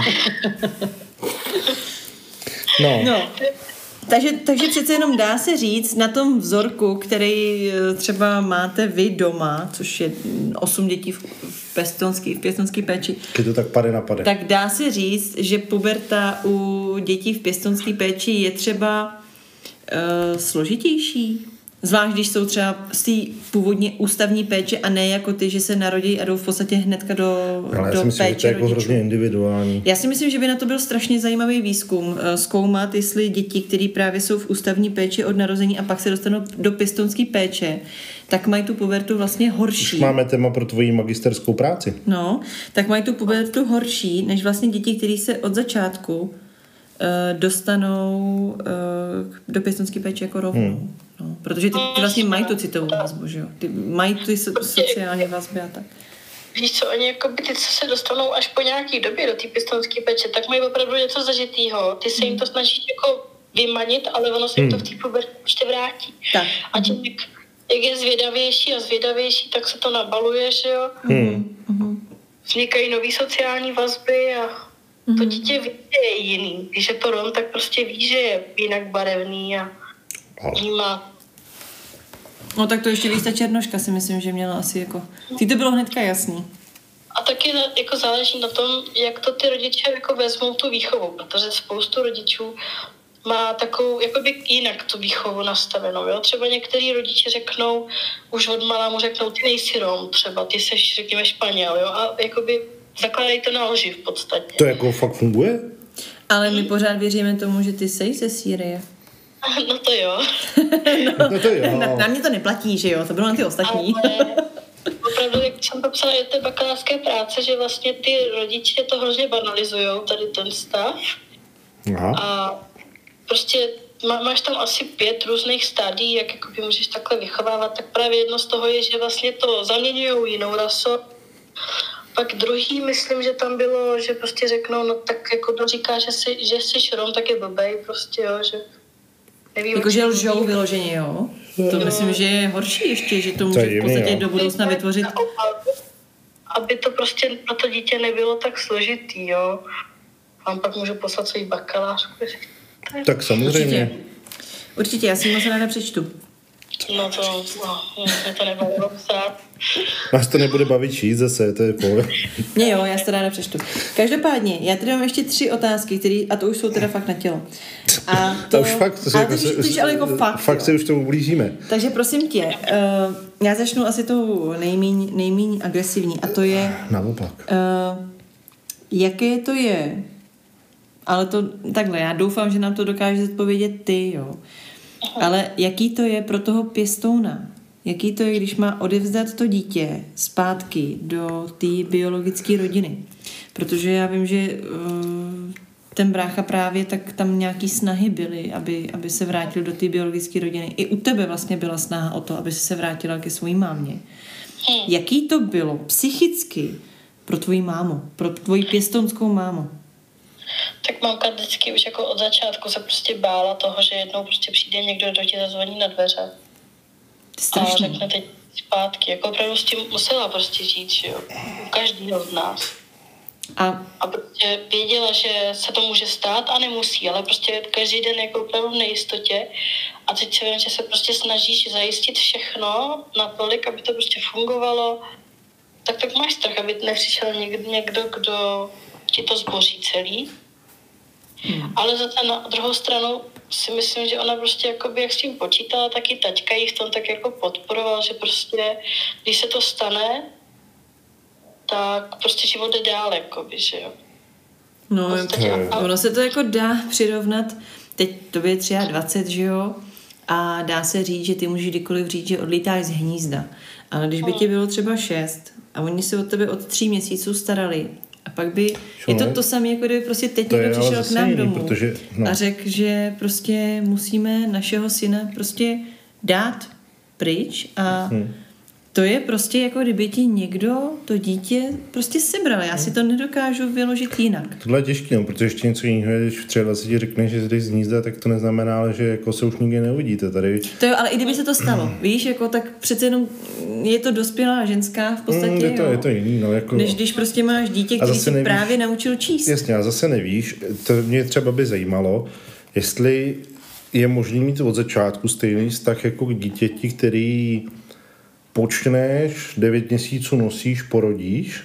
No. no. Takže, takže přece jenom dá se říct na tom vzorku, který třeba máte vy doma, což je osm dětí v, v pěstounský, v pěstounský péči. Je to tak pade na pade. Tak dá se říct, že puberta u dětí v pěstounské péči je třeba uh, složitější. Zvlášť, když jsou třeba z té původně ústavní péče a ne jako ty, že se narodí a jdou v podstatě hnedka do, ale do já si myslím, péče že to je jako rodičů. hrozně individuální. Já si myslím, že by na to byl strašně zajímavý výzkum. Zkoumat, jestli děti, které právě jsou v ústavní péči od narození a pak se dostanou do pěstounské péče, tak mají tu pubertu vlastně horší. Už máme téma pro tvoji magisterskou práci. No, tak mají tu pubertu horší, než vlastně děti, které se od začátku dostanou do pěstounské péče jako rovnou. Hmm. No, protože ty, ty vlastně mají tu citovou vazbu, že jo? Ty mají ty so, sociální vazby a tak. Víš co, oni jako by ty, co se dostanou až po nějaký době do té pěstounské péče, tak mají opravdu něco zažitýho. Ty se jim to snažíš jako vymanit, ale ono se jim to v té pubertě prostě vrátí. Tak. A tím, jak, jak je zvědavější a zvědavější, tak se to nabaluje, že jo? Hmm. Vznikají nový sociální vazby a to dítě ví, že je jiný. Když je to Rom, tak prostě ví, že je jinak barevný a vnímá. No tak to ještě víc ta Černoška si myslím, že měla asi jako... Ty to bylo hnedka jasný. A taky jako záleží na tom, jak to ty rodiče jako vezmou tu výchovu, protože spoustu rodičů má takovou, jakoby jinak tu výchovu nastavenou, jo. Třeba některý rodiče řeknou, už od malá mu řeknou, ty nejsi Rom, třeba, ty seš, řekněme, Španěl, jo, a jakoby zakládají to na lži v podstatě. To jako fakt funguje? Ale my pořád věříme tomu, že ty seš ze Sýrie. No to jo. no, no to jo. Na, na mě to neplatí, že jo, to bylo na ty ostatní. Ale opravdu, jak jsem popsala i té bakalářské práce, že vlastně ty rodiče to hrozně banalizujou, tady ten stav. Aha. A prostě má, máš tam asi pět různých stádií, jak jakoby můžeš takhle vychovávat, tak právě jedno z toho je, že vlastně to zaměňujou jinou rasou. Pak druhý, myslím, že tam bylo, že prostě řeknou, no tak jako kdo říká, že jsi, že jsi Rom, tak je blbej prostě, jo, že nevím. Jakože lžou vyloženě, jo? To no. Myslím, že je horší ještě, že to může v podstatě do budoucna vytvořit. Aby to prostě pro to dítě nebylo tak složitý, jo. Vám pak můžu poslat svůj bakalářku. Tak samozřejmě. Určitě, Určitě já si moc ráda přečtu. No to, no, mě to nebavilo psát. Nás to nebude bavit číst zase, to je pohled. Mě jo, já si to ráda přečtu. Každopádně, já tady mám ještě tři otázky, které, a to už jsou teda fakt na tělo. A to, to už fakt, to ale jako to, se, to, ale jako fakt, fakt se už tomu blížíme. Takže prosím tě, uh, já začnu asi tou nejmíň, nejmíň agresivní, a to je... Naopak. Uh, jaké to je, ale to takhle, já doufám, že nám to dokáže odpovědět ty, jo. Ale jaký to je pro toho pěstouna? Jaký to je, když má odevzdat to dítě zpátky do té biologické rodiny? Protože já vím, že uh, ten brácha právě, tak tam nějaký snahy byly, aby, aby se vrátil do té biologické rodiny. I u tebe vlastně byla snaha o to, aby se vrátila ke své mámě. Hmm. Jaký to bylo psychicky pro tvoji mámu, pro tvoji pěstounskou mámu? Tak mamka vždycky už jako od začátku se prostě bála toho, že jednou prostě přijde někdo, kdo ti zazvoní na dveře. A řekne teď zpátky. Jako opravdu s tím musela prostě žít, že jo. U každého z nás. A... a prostě věděla, že se to může stát a nemusí, ale prostě každý den jako opravdu v nejistotě. A teď si vím, že se prostě snažíš zajistit všechno natolik, aby to prostě fungovalo. Tak tak máš strach, aby nepřišel někdo, někdo kdo ti to zboří celý. Hmm. Ale zase na druhou stranu si myslím, že ona prostě jakoby, jak s tím počítala, tak i taťka jí v tom tak jako podporoval, že prostě, když se to stane, tak prostě život jde dál, jakoby, že jo. No, a... ono se to jako dá přirovnat, teď tobě je dvacet tři, že jo, a dá se říct, že ty můžeš kdykoliv říct, že odlítáš z hnízda. Ale když by ti bylo třeba šest a oni se o tebe od tří měsíců starali A pak by, je to to samé, jako kdyby prostě teď někdo přišel k nám domů protože, no. a řekl, že prostě musíme našeho syna prostě dát pryč a hmm. to je prostě jako kdyby ti někdo to dítě prostě sebral. Já si to nedokážu vyložit jinak. Tohle je těžké, no, protože ještě něco jiného, když v dvaceti třech řekneš, že jsi z hnízda, tak to neznamená, že jako se už nikdy neuvidíte tady. To jo, ale i kdyby se to stalo, mm. víš, jako tak přece jenom je to dospělá ženská v podstatě, mm, je to, jo. Je to jiný, no, jako... Než když prostě máš dítě, který si nevíš, právě naučil číst. Jasně, a zase nevíš, to mě třeba by zajímalo, jestli je možný mít od začátku stejný vztah jako k dítěti, který počneš, devět měsíců nosíš, porodíš,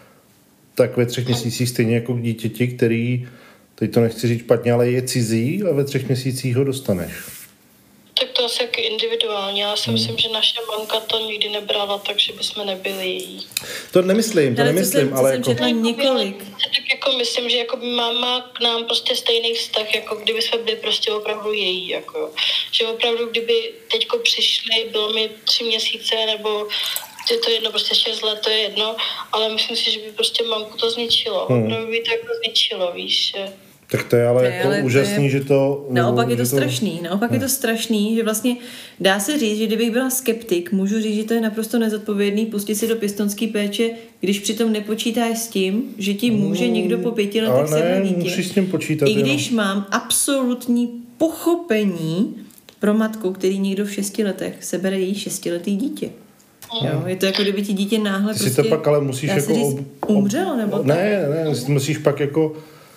tak ve třech měsících stejně jako k dítěti, který, teď to nechci říct špatně, ale je cizí a ve třech měsících ho dostaneš. Tak to asi jako individuálně. Já si hmm. myslím, že naše mamka to nikdy nebrala, takže bychom nebyli její. To nemyslím, to ale nemyslím, jsem, ale jsem jako... četla několik. Tak jako myslím, že jako máma k nám prostě stejný vztah, jako kdyby jsme byli prostě opravdu její, jako. Že opravdu, kdyby teďko přišli, bylo mi tři měsíce, nebo je to jedno, prostě šest let, to je jedno, ale myslím si, že by prostě mamku to zničilo. Hmm. Opravdu by to jako zničilo, víš, že... Tak to je ale ne, jako ale úžasný, je, že to... Naopak je to, to strašný. Naopak ne. je to strašný, že vlastně dá se říct, že kdybych byla skeptik, můžu říct, že to je naprosto nezodpovědný pustit si do pěstounské péče, když přitom nepočítáš s tím, že ti může mm, někdo po pěti letech sebrat dítě. Musíš s tím počítat. I když jenom. Mám absolutní pochopení pro matku, který někdo v šesti letech sebere její šestiletý dítě. Mm. Jo, je to jako kdyby ti dítě náhle ty prostě... si to pak ale musíš jako... říct, ob, ob, umřelo, nebo ne, tak? Ne, ne, musíš pak jako...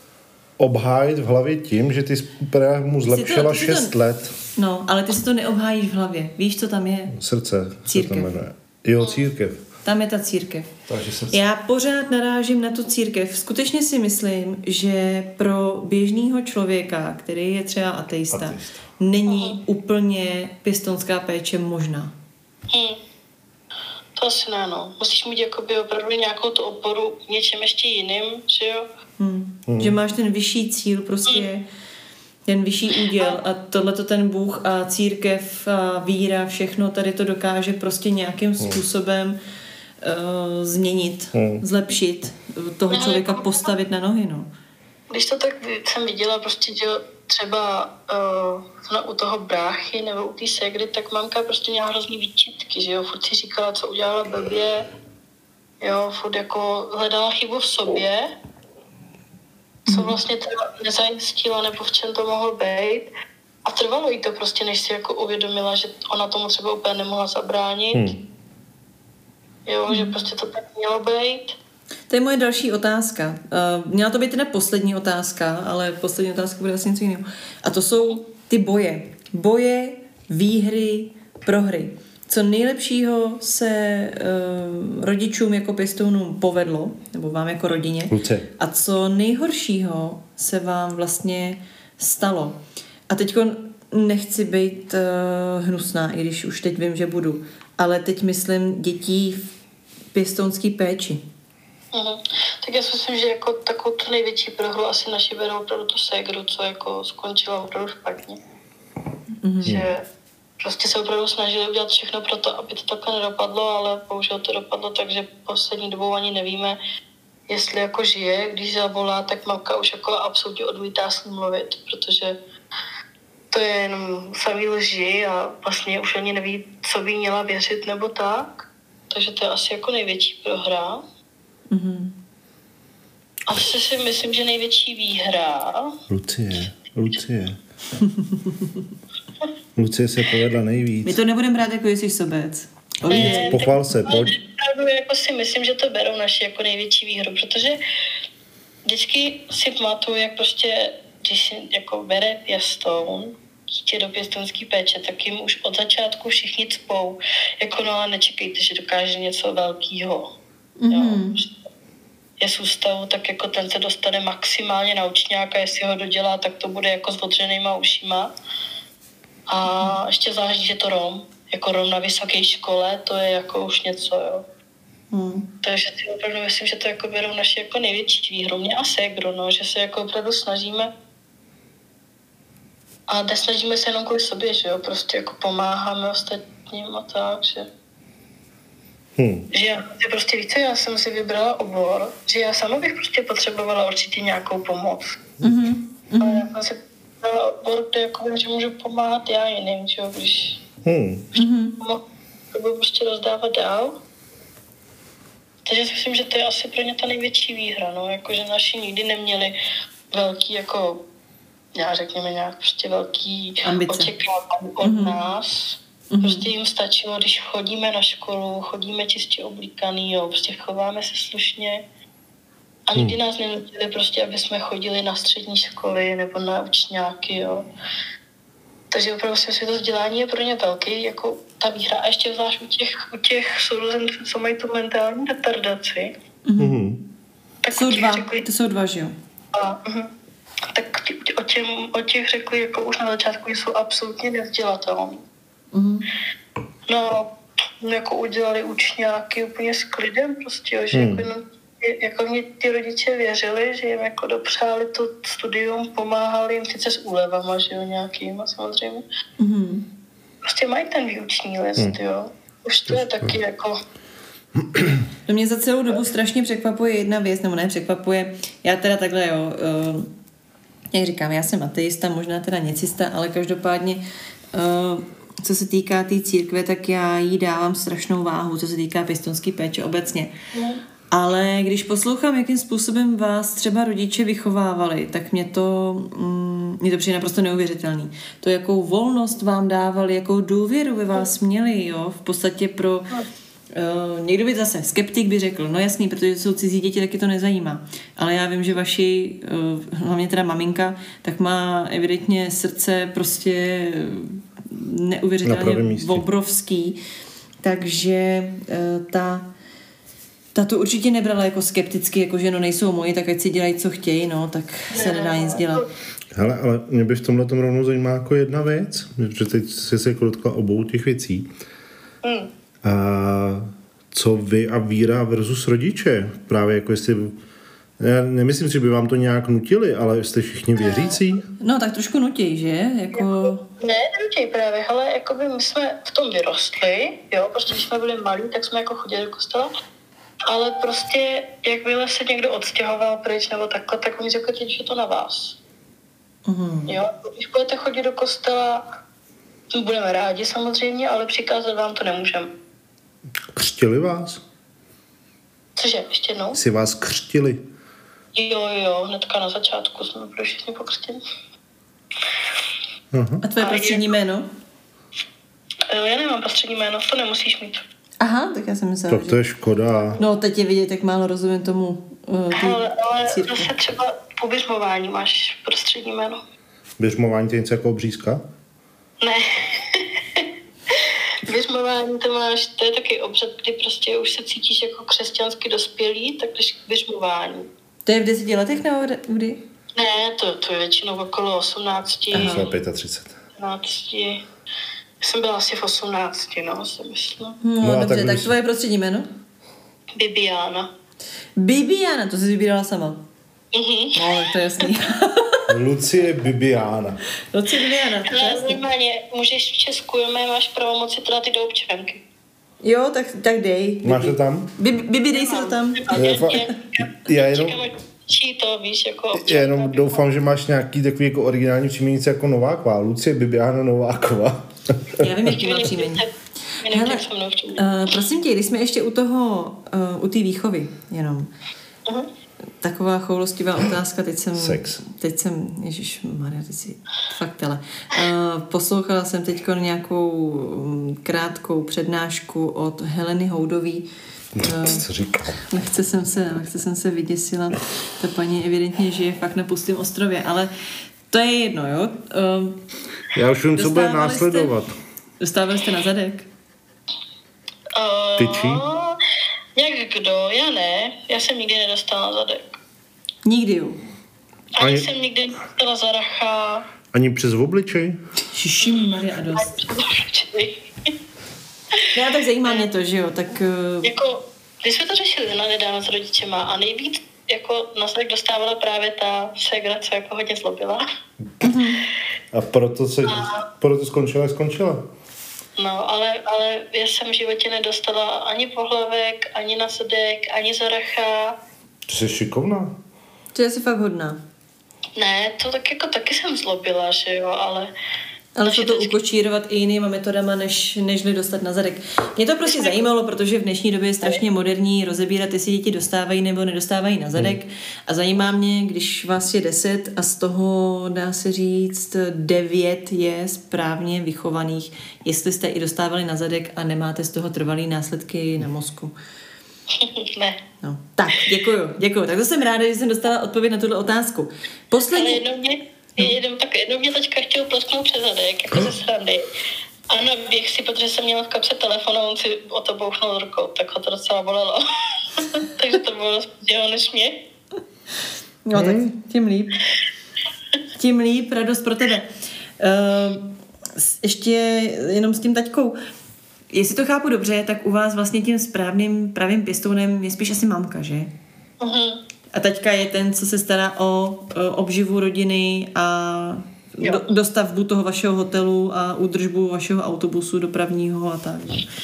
obhájit v hlavě tím, že ty mu zlepšila šest let. No, ale ty si to neobhájíš v hlavě. Víš, co tam je? Srdce. Církev. Se to jmenuje. Jo, církev. Tam je ta církev. Takže srdce. Já pořád narážím na tu církev. Skutečně si myslím, že pro běžného člověka, který je třeba ateista, ateista. není uh-huh. úplně pěstounská péče možná. Hmm. To asi ne, no. Musíš mít jakoby opravdu nějakou tu oporu v něčem ještě jiným, že jo? Hmm. Hmm. Že máš ten vyšší cíl, prostě hmm. ten vyšší úděl a tohleto ten Bůh a církev a víra, všechno tady to dokáže prostě nějakým hmm. způsobem uh, změnit, hmm. zlepšit, toho člověka postavit na nohy, no. Když to tak jsem viděla, prostě že třeba uh, u toho bráchy nebo u té ségry, tak mamka prostě měla hrozný výčitky, že jo, furt si říkala, co udělala blbě, jo, furt jako hledala chybu v sobě, co vlastně teda nezajistila, nebo v čem to mohlo být. A trvalo jí to prostě, než si jako uvědomila, že ona tomu třeba úplně nemohla zabránit. Hmm. Jo, hmm. že prostě to tak mělo být. To je moje další otázka. Uh, měla to být teda poslední otázka, ale poslední otázka bude asi něco jiného. A to jsou ty boje. Boje, výhry, prohry. Co nejlepšího se uh, rodičům jako pěstounům povedlo, nebo vám jako rodině, Luce. A co nejhoršího se vám vlastně stalo. A teďko nechci být uh, hnusná, i když už teď vím, že budu, ale teď myslím dětí v pěstounské péči. Uhum. Tak já si myslím, že jako takovou tu největší prohru asi naši berou opravdu tu ségru, co jako skončila opravdu špatně. Uhum. Že prostě se opravdu snažili udělat všechno pro to, aby to takhle nedopadlo, ale bohužel to dopadlo, takže poslední dobou ani nevíme, jestli jako žije. Když zavolá, tak mamka už jako absolutně odmítá s ním mluvit, protože to je jenom samý lži a vlastně už ani neví, co by měla věřit nebo tak. Takže to je asi jako největší prohra. Mm-hmm. Asi si myslím, že největší výhra... Lucie, Lucie. Lucie se povedla nejvíc. My to nebudeme brát jako jestli sobec. Ne, pochvál se, pojď. Ale jako si myslím, že to berou naši jako největší výhru, protože vždycky si pamatuju, jak prostě, když si jako bere pěstoun, dítě do pěstounské péče, tak jim už od začátku všichni cpou. Jako no, ale nečekejte, že dokáže něco velkýho. Mm-hmm. Je z ústavu, tak jako ten se dostane maximálně na učňáka, jestli ho dodělá, tak to bude jako s otřenýma ušima. A ještě záleží, že to Rom. Jako Rom na vysoké škole, to je jako už něco, jo. Hmm. Takže si opravdu myslím, že to jako berou naši jako největší výhru. Mě a ségru, no, že se jako opravdu snažíme a nesnažíme se jenom kvůli sobě, že jo, prostě jako pomáháme ostatním a tak, že... Hmm. Že já prostě více, já jsem si vybrala obor, že já sama bych prostě potřebovala určitě nějakou pomoc. Mm-hmm. Ale já jsem si vybrala obor, kde jako vím, že můžu pomáhat já jiným, že jo, když Hmm. mm-hmm. to budu prostě rozdávat dál. Takže si myslím, že to je asi pro ně ta největší výhra, no, jakože naši nikdy neměli velký, jako, já řekněme nějak prostě velký ambice. Očekávání od mm-hmm. nás. Mm-hmm. Prostě jim stačilo, když chodíme na školu, chodíme čistě oblíkaný, jo, prostě chováme se slušně. A nikdy nás nenutili prostě, aby jsme chodili na střední školy nebo na učňáky, jo. Takže opravdu si myslím, že to vzdělání je pro ně velký, jako ta výhra. A ještě zvlášť u těch, u těch sourozenců, co mají tu mentální retardaci. Mm-hmm. Tak jsou dva, řekli, to jsou dva, že jo? A, uh-huh. Tak o, těm, o těch řekli jako už na začátku, že jsou absolutně nevzdělatelní. Mm-hmm. No, jako udělali učňáky úplně s klidem prostě, jo, že mm. jako, no, jako mě ty rodiče věřili, že jim jako dopřáli to studium, pomáhali jim sice s úlevama, že jo, nějakýma samozřejmě. Mm. Prostě mají ten výuční list, mm. jo. Už to je taky jako... No mě za celou dobu strašně překvapuje jedna věc, nebo ne překvapuje, já teda takhle, jo, uh, jak říkám, já jsem ateista, možná teda něcista, ale každopádně uh, co se týká té tý církve, tak já jí dávám strašnou váhu, co se týká pěstounské péče obecně. Mm. Ale když poslouchám, jakým způsobem vás třeba rodiče vychovávali, tak mě to, mm, mě to přijde naprosto neuvěřitelný. To, jakou volnost vám dávali, jakou důvěru ve vás měli, jo, v podstatě pro... Uh, někdo by zase, skeptik by řekl, no jasný, protože jsou cizí děti, taky to nezajímá. Ale já vím, že vaši, uh, hlavně teda maminka, tak má evidentně srdce prostě neuvěřitelně obrovský. Takže uh, ta, ta to určitě nebrala jako skepticky, jako že no nejsou moji, tak ať si dělají, co chtějí, no, tak se nedá nic dělat. Hele, ale mě by v tomhle tom rovnou zajímá jako jedna věc, protože teď jsi se jako dotkla obou těch věcí. Mm. A co vy a víra versus rodiče? Právě jako jestli... Já nemyslím si, že by vám to nějak nutili, ale jste všichni věřící? No, tak trošku nutí, že? Jako... Ne, nenutí právě, ale jako by my jsme v tom vyrostli, jo, prostě když jsme byli malí, tak jsme jako chodili do kostela, ale prostě jakmile se někdo odstěhoval pryč nebo takhle, tak oni řekli, že je to na vás. Mm. Jo, když budete chodit do kostela, budeme rádi samozřejmě, ale přikázat vám to nemůžeme. Křtili vás? Cože, ještě jednou? Si vás křtili? Jo, jo, hnedka na začátku jsme byli všichni pokřtěni. Uh-huh. A tvoje prostřední jméno? Já nemám prostřední jméno, to nemusíš mít. Aha, tak já jsem myslela, tak to je škoda. No, teď je vidět, jak málo rozumím tomu uh, ale, ale zase třeba po běžmování máš prostřední jméno. Běžmování to je něco jako obřízka? Ne. Běžmování to máš, to je taky obřad, kdy prostě už se cítíš jako křesťansky dospělý, tak jdeš k běžmování. To je v deseti letech nebo kdy? Ne, to, to je většinou okolo osmnácti. Aha. třicet pět. osmnácti. Já jsem byla asi v osmnácti, no, si myslím. No, no dobře, tak, tak tvoje prostřední jméno? Bibiana. Bibiana, to jsi vybírala sama? Mhm. No, tak to je jasný. Lucie Bibiana. Lucie Bibiana, to je jasný. Normálně, můžeš v Česku, máš pravomoci teda ty do občanky. Jo, tak, tak dej. Máš to tam? Bibi, Bibi dej si to tam. Já, já jenom... to, víš, jako já jenom doufám, že máš nějaký takový jako originální příjmenice jako Nováková. Lucie Bibiana Nováková. Já vím, jaký má příjmení. Hele, uh, prosím tě, když jsme ještě u toho, uh, u té výchovy, jenom. Uh-huh. Taková choulostivá otázka, teď jsem... Sex. Teď jsem, ježišmarja, teď si fakt, ale... Uh, poslouchala jsem teď nějakou krátkou přednášku od Heleny Houdový. Uh, Co říkal? Lehce jsem se, lehce jsem se vyděsila. Ta paní evidentně žije fakt na pustém ostrově, ale to je jedno, jo? Uh, Já už vím, co bude následovat. Jste, dostávali jste na zadek? Uh, Tyčí? Jak kdo? Já ne. Já jsem nikdy nedostala na zadek. Nikdy, jo? Ani, Ani jsem nikdy nedostala za racha. Ani přes obličej? Šišimí Maria a dost. Ani přes obličej. Já tak zajímá mě to, že jo, tak... Uh... Jako, když jsme to řešili na nedávno s rodičema a nejvíc jako na zadek dostávala právě ta ségra, co jako hodně zlobila. A proto, se, a... proto skončila, skončila. No, ale, ale já jsem v životě nedostala ani pohlavek, ani na zadek, ani za racha. To jsi šikovná. To je asi fakt hodná. Ne, to tak jako taky jsem zlobila, že jo, ale... Ale co to ukočírovat i jinýma metodama, než, nežli dostat na zadek. Mě to prostě zajímalo, protože v dnešní době je strašně moderní rozebírat, jestli děti dostávají nebo nedostávají na zadek. A zajímá mě, když vás je deset a z toho, dá se říct, devět je správně vychovaných, jestli jste i dostávali na zadek a nemáte z toho trvalý následky na mozku. Ne. No, tak, děkuju, děkuju. Tak to jsem ráda, že jsem dostala odpověď na tuto otázku. Poslední... Ale jednou mě, jednou, tak jednou mě teďka chtěl plesknout přes zadek, jako ze srandy. A naběh si, protože jsem měla v kapse telefon a on si o to bouchnul rukou, tak ho to docela bolelo. Takže to bylo spíš než mě. No tak tím líp. Tím líp, radost pro tebe. Uh, ještě jenom s tím taťkou. Jestli to chápu dobře, tak u vás vlastně tím správným pravým pěstounem je spíš asi mamka, že? Uh-huh. A taťka je ten, co se stará o, o obživu rodiny a do, dostavbu toho vašeho hotelu a údržbu vašeho autobusu dopravního a tak.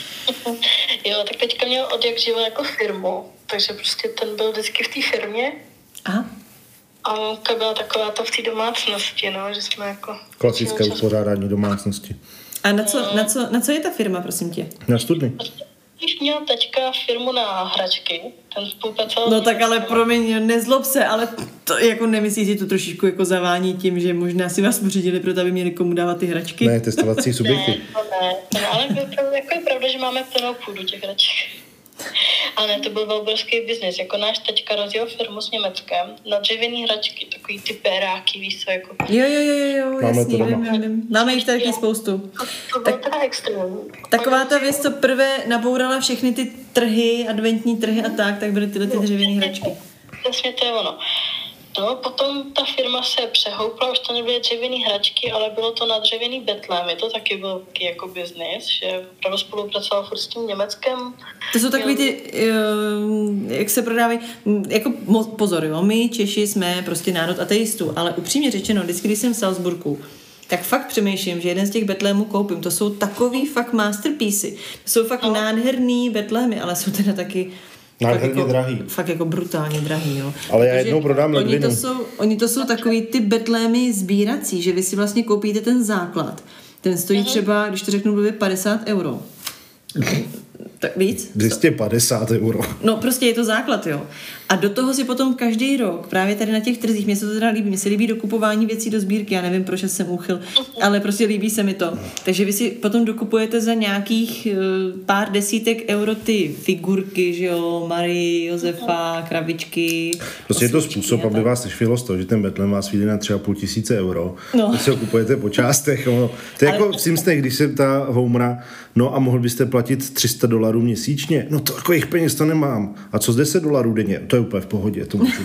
Jo, tak teďka měl od jak živa jako firmu, takže prostě ten byl vždycky v té firmě. Aha. A mamka byla taková to v té domácnosti, no, že jsme jako... Klasické uspořádání domácnosti. A na co, na, co, na co je ta firma, prosím tě? Na studny. Když měl teďka firmu na hračky, ten spolupracoval... No tak ale promiň, nezlob se, ale to jako nemyslíš, že to trošičku jako zavání tím, že možná si vás pořídili proto, aby měli komu dávat ty hračky? Ne, testovací subjekty. Ne, to ne, to ne, ale jako je pravda, že máme plnou půdu těch hraček. Ale ne, to byl obrovský biznis. Jako náš teďka rozjel firmu s Německem na dřevěný hračky, takový ty péráky, víš co, jako... Jo, jo, jo, jo, máme jasný, to doma. vím, vím. Máme jich taky spoustu. To, to bylo teda extrémní. Taková ta věc, co prvé nabourala všechny ty trhy, adventní trhy a tak, tak byly tyhle ty dřevěné hračky. Přesně to je ono. No, potom ta firma se přehoupla, už to nebyly dřevěný hračky, ale bylo to na dřevěný betlémy. To taky byl taky jako biznis, že opravdu spolupracoval furt s tím Německem. To jsou takový ty, jak se prodávají, jako pozor, jo, my Češi jsme prostě národ ateistů, ale upřímně řečeno, vždycky, když jsem v Salzburgu, tak fakt přemýšlím, že jeden z těch betlémů koupím. To jsou takový fakt masterpiece. To jsou fakt no. nádherný betlémy, ale jsou teda taky nádherně jako, drahý. Fakt jako brutálně drahý, jo. Ale já jednou prodám oni to, jsou, oni to jsou takový ty betlémy sbírací, že vy si vlastně koupíte ten základ. Ten stojí uh-huh. třeba, když to řeknu blbě, padesát euro. Tak víc? dvě stě padesát euro. No prostě je to základ, jo. A do toho si potom každý rok, právě tady na těch trzích, mě se to teda líbí, mně se líbí dokupování věcí do sbírky, já nevím, proč jsem úchyl, ale prostě líbí se mi to. Takže vy si potom dokupujete za nějakých uh, pár desítek euro ty figurky, že jo, Marii, Josefa, krabičky. Prostě je to způsob, aby vás nešvihlo z toho, že ten betlém vás vyjde na tři a půl tisíce euro. No. Když si ho kupujete po částech. No. To je ale... jako v Simsnech, když se ta houmra, no a mohl byste platit tři sta dolarů měsíčně. No to takových peněz to nemám. A co z deset dolarů denně? To je úplně v pohodě, to můžu.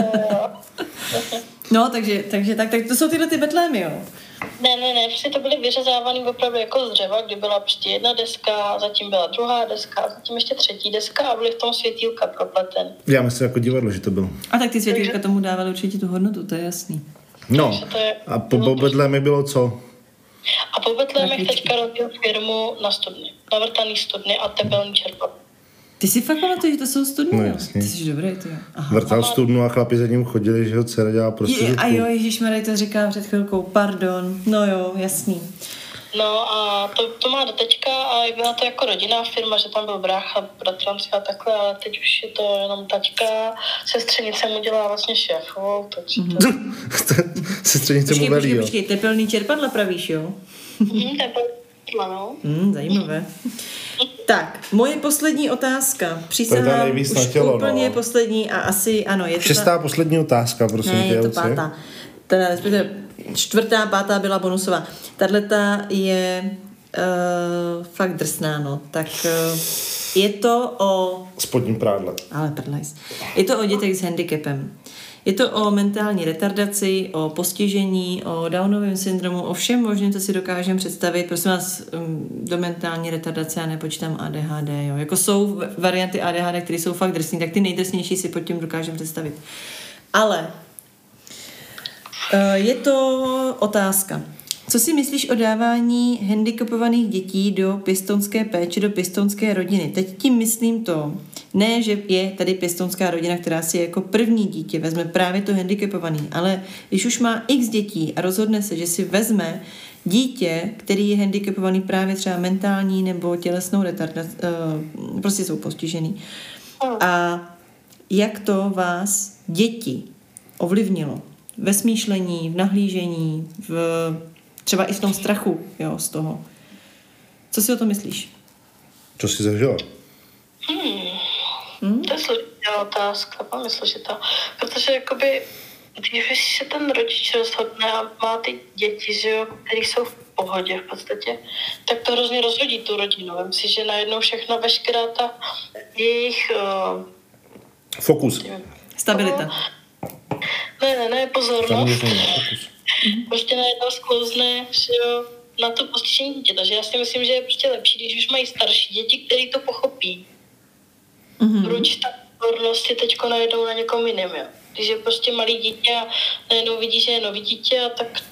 No, takže, takže tak, tak to jsou tyhle ty betlémy, jo? Ne, ne, ne, prostě to byly vyřezávaný opravdu jako z dřeva, kdy byla prostě jedna deska, zatím byla druhá deska, zatím ještě třetí deska a byly v tom světýlka propleten. Já myslím jako divadlo, že to bylo. A tak ty světýlka tomu dávaly určitě tu hodnotu, to je jasný. No, a po, po betlémi bylo co? A po betlémech teďka rozděl firmu na studny, na vrtaný studny a tepelný čerpadlo. Ty si fakt pamatuješ, že to jsou studny, no, jo? Ty jsi dobrý, ty jo. Aha. Vrtal studnu a chlapi za ním chodili, že ho dcera dělá prostě. Je, a jo, ježišmarja, to říkám před chvilkou, pardon, no jo, jasný. No a to, to má do teďka a byla to jako rodinná firma, že tam byl brácha, bratranci a takhle, ale teď už je to jenom taťka, sestřenice mu dělá vlastně šéfovou, takže to... Sestřenice mu velí, jo. Počkej, tepelný čerpadla pravíš, jo? Mm, tepelný čerpadla, no. Mm, zajímavé. Tak, moje poslední otázka. Přísahám už tělo, úplně no. poslední a asi, ano, je to Šestá ta... poslední otázka, prosím. Ne, je to pátá. Teda, respektive čtvrtá, pátá byla bonusová. Tahleta je uh, fakt drsná, no. Tak uh, je to o... Spodním prádle. Ale prdlajs. Je to o dětech s handicapem. Je to o mentální retardaci, o postižení, o Downovém syndromu, o všem možném, co si dokážeme představit. Prosím vás, do mentální retardace já nepočítám A D H D. Jo. Jako jsou varianty A D H D, které jsou fakt drsný, tak ty nejdrsnější si pod tím dokážeme představit. Ale je to otázka. Co si myslíš o dávání handicapovaných dětí do pěstounské péče, do pěstounské rodiny? Teď tím myslím to, ne, že je tady pěstounská rodina, která si jako první dítě vezme právě to handicapovaný, ale když už má x dětí a rozhodne se, že si vezme dítě, který je handicapovaný právě třeba mentální nebo tělesnou retardací, prostě jsou postižený. A jak to vás děti ovlivnilo? Ve smýšlení, v nahlížení, v, třeba i v tom strachu, jo, z toho. Co si o to myslíš? Co jsi zažila? Hmm. Hmm? To je složitá otázka, mám složitá. Protože jakoby, když se ten rodič rozhodne a má ty děti, že jo, které jsou v pohodě v podstatě, tak to hrozně rozhodí tu rodinu. Vem si, že najednou všechno, veškerá ta jejich... Uh, Fokus. Stabilita. Ne, ne, ne, pozornost. Prostě najednou sklouzne, že jo, na to postižení dítě. Takže já si myslím, že je prostě lepší, když už mají starší děti, který to pochopí. Mm-hmm. Proč ta pozornost je teďko najednou na někom jiném, jo. Když je prostě malý dítě a najednou vidí, že je nový dítě, a tak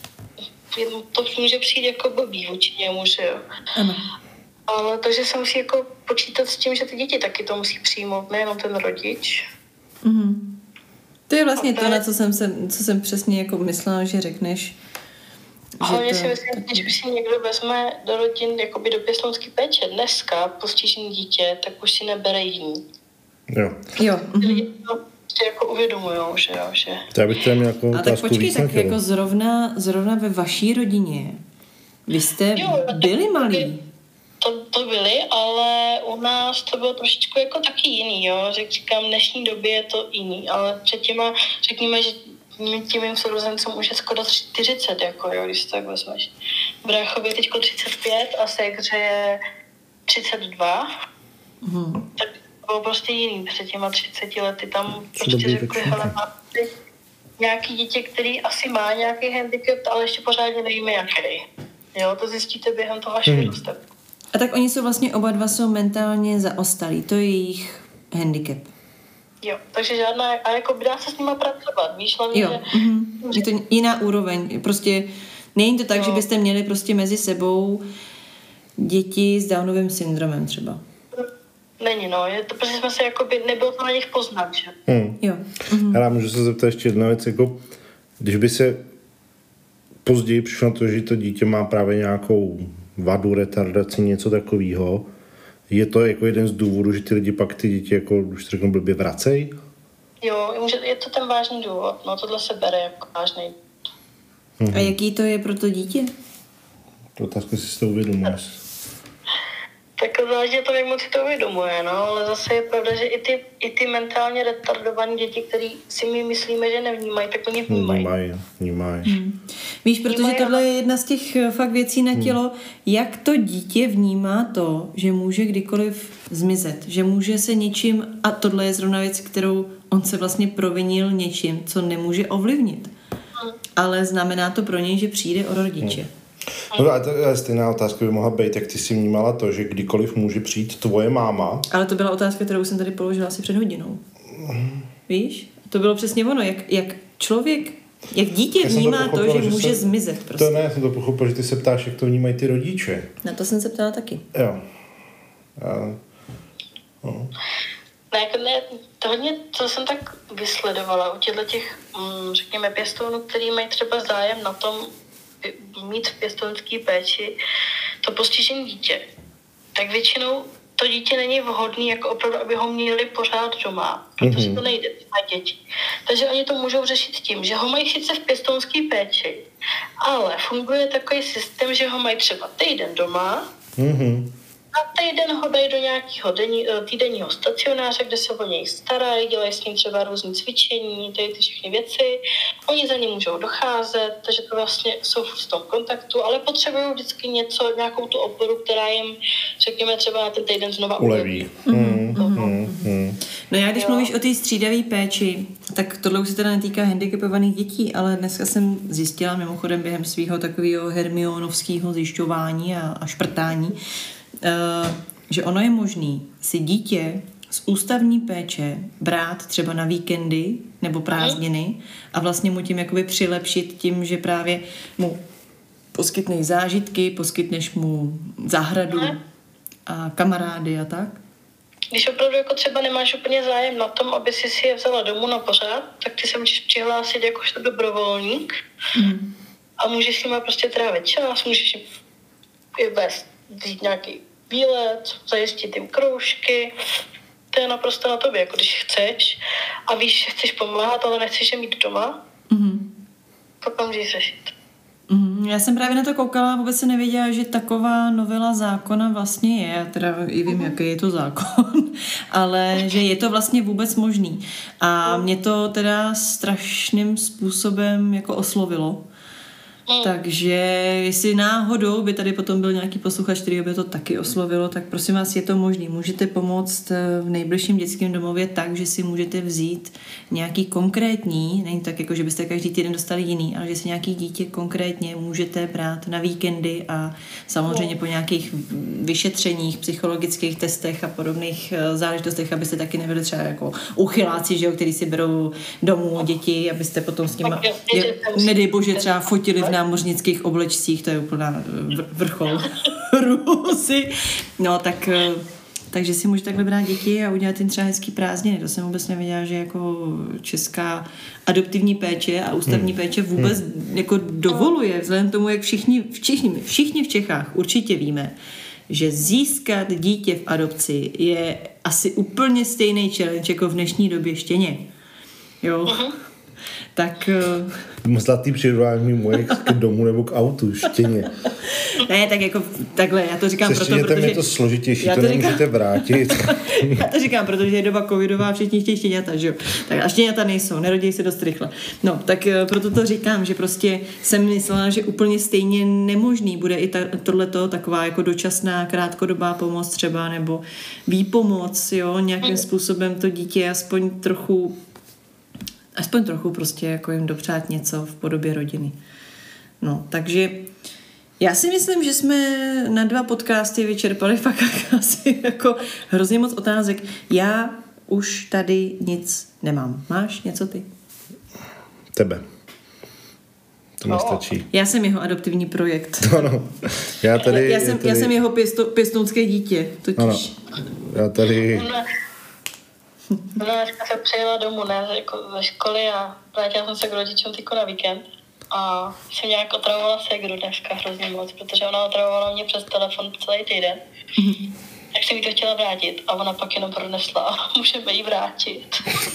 to může přijít jako blbý vůči němu, že jo. Ano. Ale takže se musí jako počítat s tím, že ty děti taky to musí přijmout, nejenom ten rodič. Mm-hmm. To je vlastně to, na co jsem, se, co jsem přesně jako myslela, že řekneš. Hlavně si myslím, že když už si někdo vezme do rodin, jakoby do pěstounské péče dneska postižený dítě, tak už si nebere jiný. Jo. Jo. Lidi to prostě jako uvědomujou, že jo, že... To já bych teda měl jako otázku. A tak počkej, tak jako zrovna, zrovna ve vaší rodině, vy jste jo, byli malí. To, to byli, ale u nás to bylo trošičku jako taky jiný, jo. Řek, říkám, v dnešní době je to jiný, ale před těma, řekněme, že tím mým sourozencům už je skoro čtyřicet, jako jo, když to tak vezmeš. Bráchovi je teďko třicet pět a ségře je třicet dva. Mm. Tak to bylo prostě jiný před těma třiceti lety. Tam prostě řekli, hele, máte nějaký dítě, který asi má nějaký handicap, ale ještě pořádně nevíme, jaký. Jo, to zjistíte během toho, až mm. vyrůste. A tak oni jsou vlastně oba dva jsou mentálně zaostalí, to je jejich handicap. Jo, takže žádná, a jako dá se s nima pracovat, víš, hlavně, jo, že... Mm-hmm. Je to jiná úroveň, prostě není to tak, jo. Že byste měli prostě mezi sebou děti s Downovým syndromem třeba. Není, no, je to, protože jsme se jakoby, nebylo to na nich poznat, že? Hmm. Jo. Mm-hmm. Já můžu se zeptat ještě jedna věc, jako, když by se později přišlo na to, že to dítě má právě nějakou vadu, retardaci, něco takového, je to jako jeden z důvodů, že ty lidi pak ty děti, jako už to řeknu blbě, vracej? Jo, je to ten vážný důvod, no tohle se bere jako vážný. Mm-hmm. A jaký to je pro to dítě? To otázka si to uvědomuješ. Tak záleží to, jak moc si to uvědomuje, no, ale zase je pravda, že i ty, i ty mentálně retardované děti, které si my myslíme, že nevnímají, tak oni vnímají. Vnímají, vnímají. Hmm. Víš, protože vnímají, tohle je jedna z těch fakt věcí na tělo, hmm. jak to dítě vnímá to, že může kdykoliv zmizet, že může se něčím, a tohle je zrovna věc, kterou on se vlastně provinil něčím, co nemůže ovlivnit. Hmm. Ale znamená to pro něj, že přijde o rodiče. Hmm. No a to je stejná otázka by mohla být, jak ty si vnímala to, že kdykoliv může přijít tvoje máma. Ale to byla otázka, kterou jsem tady položila asi před hodinou. Mm. Víš? To bylo přesně ono, jak, jak člověk, jak dítě vnímá to, to, že, že může se, zmizet prostě. To ne, já jsem to pochopil, že ty se ptáš, jak to vnímají ty rodiče. Na to jsem se ptala taky. Jo. A, no. Ne, jako ne, to hodně, co jsem tak vysledovala u těchto těch, řekněme, pěstounů, který mají třeba zájem na tom, mít v pěstounské péči to postižení dítě, tak většinou to dítě není vhodný jako opravdu, aby ho měli pořád doma, protože mm-hmm. to nejde na děti. Takže oni to můžou řešit tím, že ho mají sice v pěstounské péči, ale funguje takový systém, že ho mají třeba týden doma mm-hmm. a týden ho dají do nějakého týdenního stacionáře, kde se o něj starají, dělají s ním třeba různý cvičení, tady ty všechny věci. Oni za ním můžou docházet, takže to vlastně jsou v tom kontaktu, ale potřebují vždycky něco, nějakou tu oporu, která jim, řekněme, třeba na ten týden znova uleví. Mm, mm, mm. No já, když jo. mluvíš o té střídavé péči, tak tohle už se teda netýká handicapovaných dětí, ale dneska jsem zjistila mimochodem během svého takového hermionovského zjišťování a, a šprtání, Uh, že ono je možný si dítě z ústavní péče brát třeba na víkendy nebo prázdniny a vlastně mu tím jakoby přilepšit tím, že právě mu poskytneš zážitky, poskytneš mu zahradu a kamarády a tak. Když opravdu jako třeba nemáš úplně zájem na tom, aby si si je vzala domů na pořád, tak ty se můžeš přihlásit jakožto dobrovolník mm. a můžeš s nima prostě trávit čas, můžeš je vést, vzít nějaký výlet, zajistit jim kroužky. To je naprosto na tobě, jako když chceš a víš, že chceš pomáhat, ale nechceš je mít doma, mm. pak můžeš řešit. Mm, já jsem právě na to koukala a vůbec se nevěděla, že taková novela zákona vlastně je. Já teda i vím, mm. jaký je to zákon, ale že je to vlastně vůbec možný. A mě to teda strašným způsobem jako oslovilo. Mm. Takže jestli náhodou by tady potom byl nějaký posluchač, který by to taky oslovilo, tak prosím vás, je to možný. Můžete pomoct v nejbližším dětském domově tak, že si můžete vzít nějaký konkrétní, není tak jako, že byste každý týden dostali jiný, ale že si nějaký dítě konkrétně můžete brát na víkendy a samozřejmě po nějakých vyšetřeních, psychologických testech a podobných záležitostech, abyste taky nebyli třeba jako uchyláci, že jo, který si berou domů děti, abyste potom s nimi, nedej bože, třeba fotili v námořnických oblečcích, to je úplná vrchol růzy. No, tak, takže si můžete takhle brát děti a udělat jim třeba hezký prázdniny. To jsem vůbec nevěděla, že jako česká adoptivní péče a ústavní péče vůbec hmm. jako dovoluje, vzhledem k tomu, jak všichni, všichni, všichni v Čechách určitě víme, že získat dítě v adopci je asi úplně stejný challenge jako v dnešní době štěně. Jo. Uh-huh. Tak... Zlatý přirovnání moje k domu nebo k autu, štěně. Ne, tak jako takhle, já to říkám Se proto, protože... je to složitější, to, to nemůžete říkám... vrátit. Já to říkám, protože je doba covidová a všichni chtějí štěňata, že jo. Tak a štěňata nejsou, nerodí se dost rychle. No, tak proto to říkám, že prostě jsem myslela, že úplně stejně nemožný bude i ta, tohleto, taková jako dočasná krátkodobá pomoc třeba, nebo výpomoc, jo, nějakým způsobem to dítě aspoň trochu aspoň trochu prostě jako jim dopřát něco v podobě rodiny. No, takže já si myslím, že jsme na dva podcasty vyčerpali fakt asi jako hrozně moc otázek. Já už tady nic nemám. Máš něco ty? Tebe. To mi stačí. Já jsem jeho adoptivní projekt. Ano. Já, tady, já, jsem, tady... já jsem jeho pěsto, pěstounské dítě. Totiž. Ano. Já tady... Ona dneska se přijela domů, ne, jako ze školy a vrátila jsem se k rodičům tyko na víkend a jsem nějak otravovala ségru dneska hrozně moc, protože ona otravovala mě přes telefon celý týden. Mm-hmm. Tak jsem jí to chtěla vrátit a ona pak jenom pronesla a můžeme jí vrátit.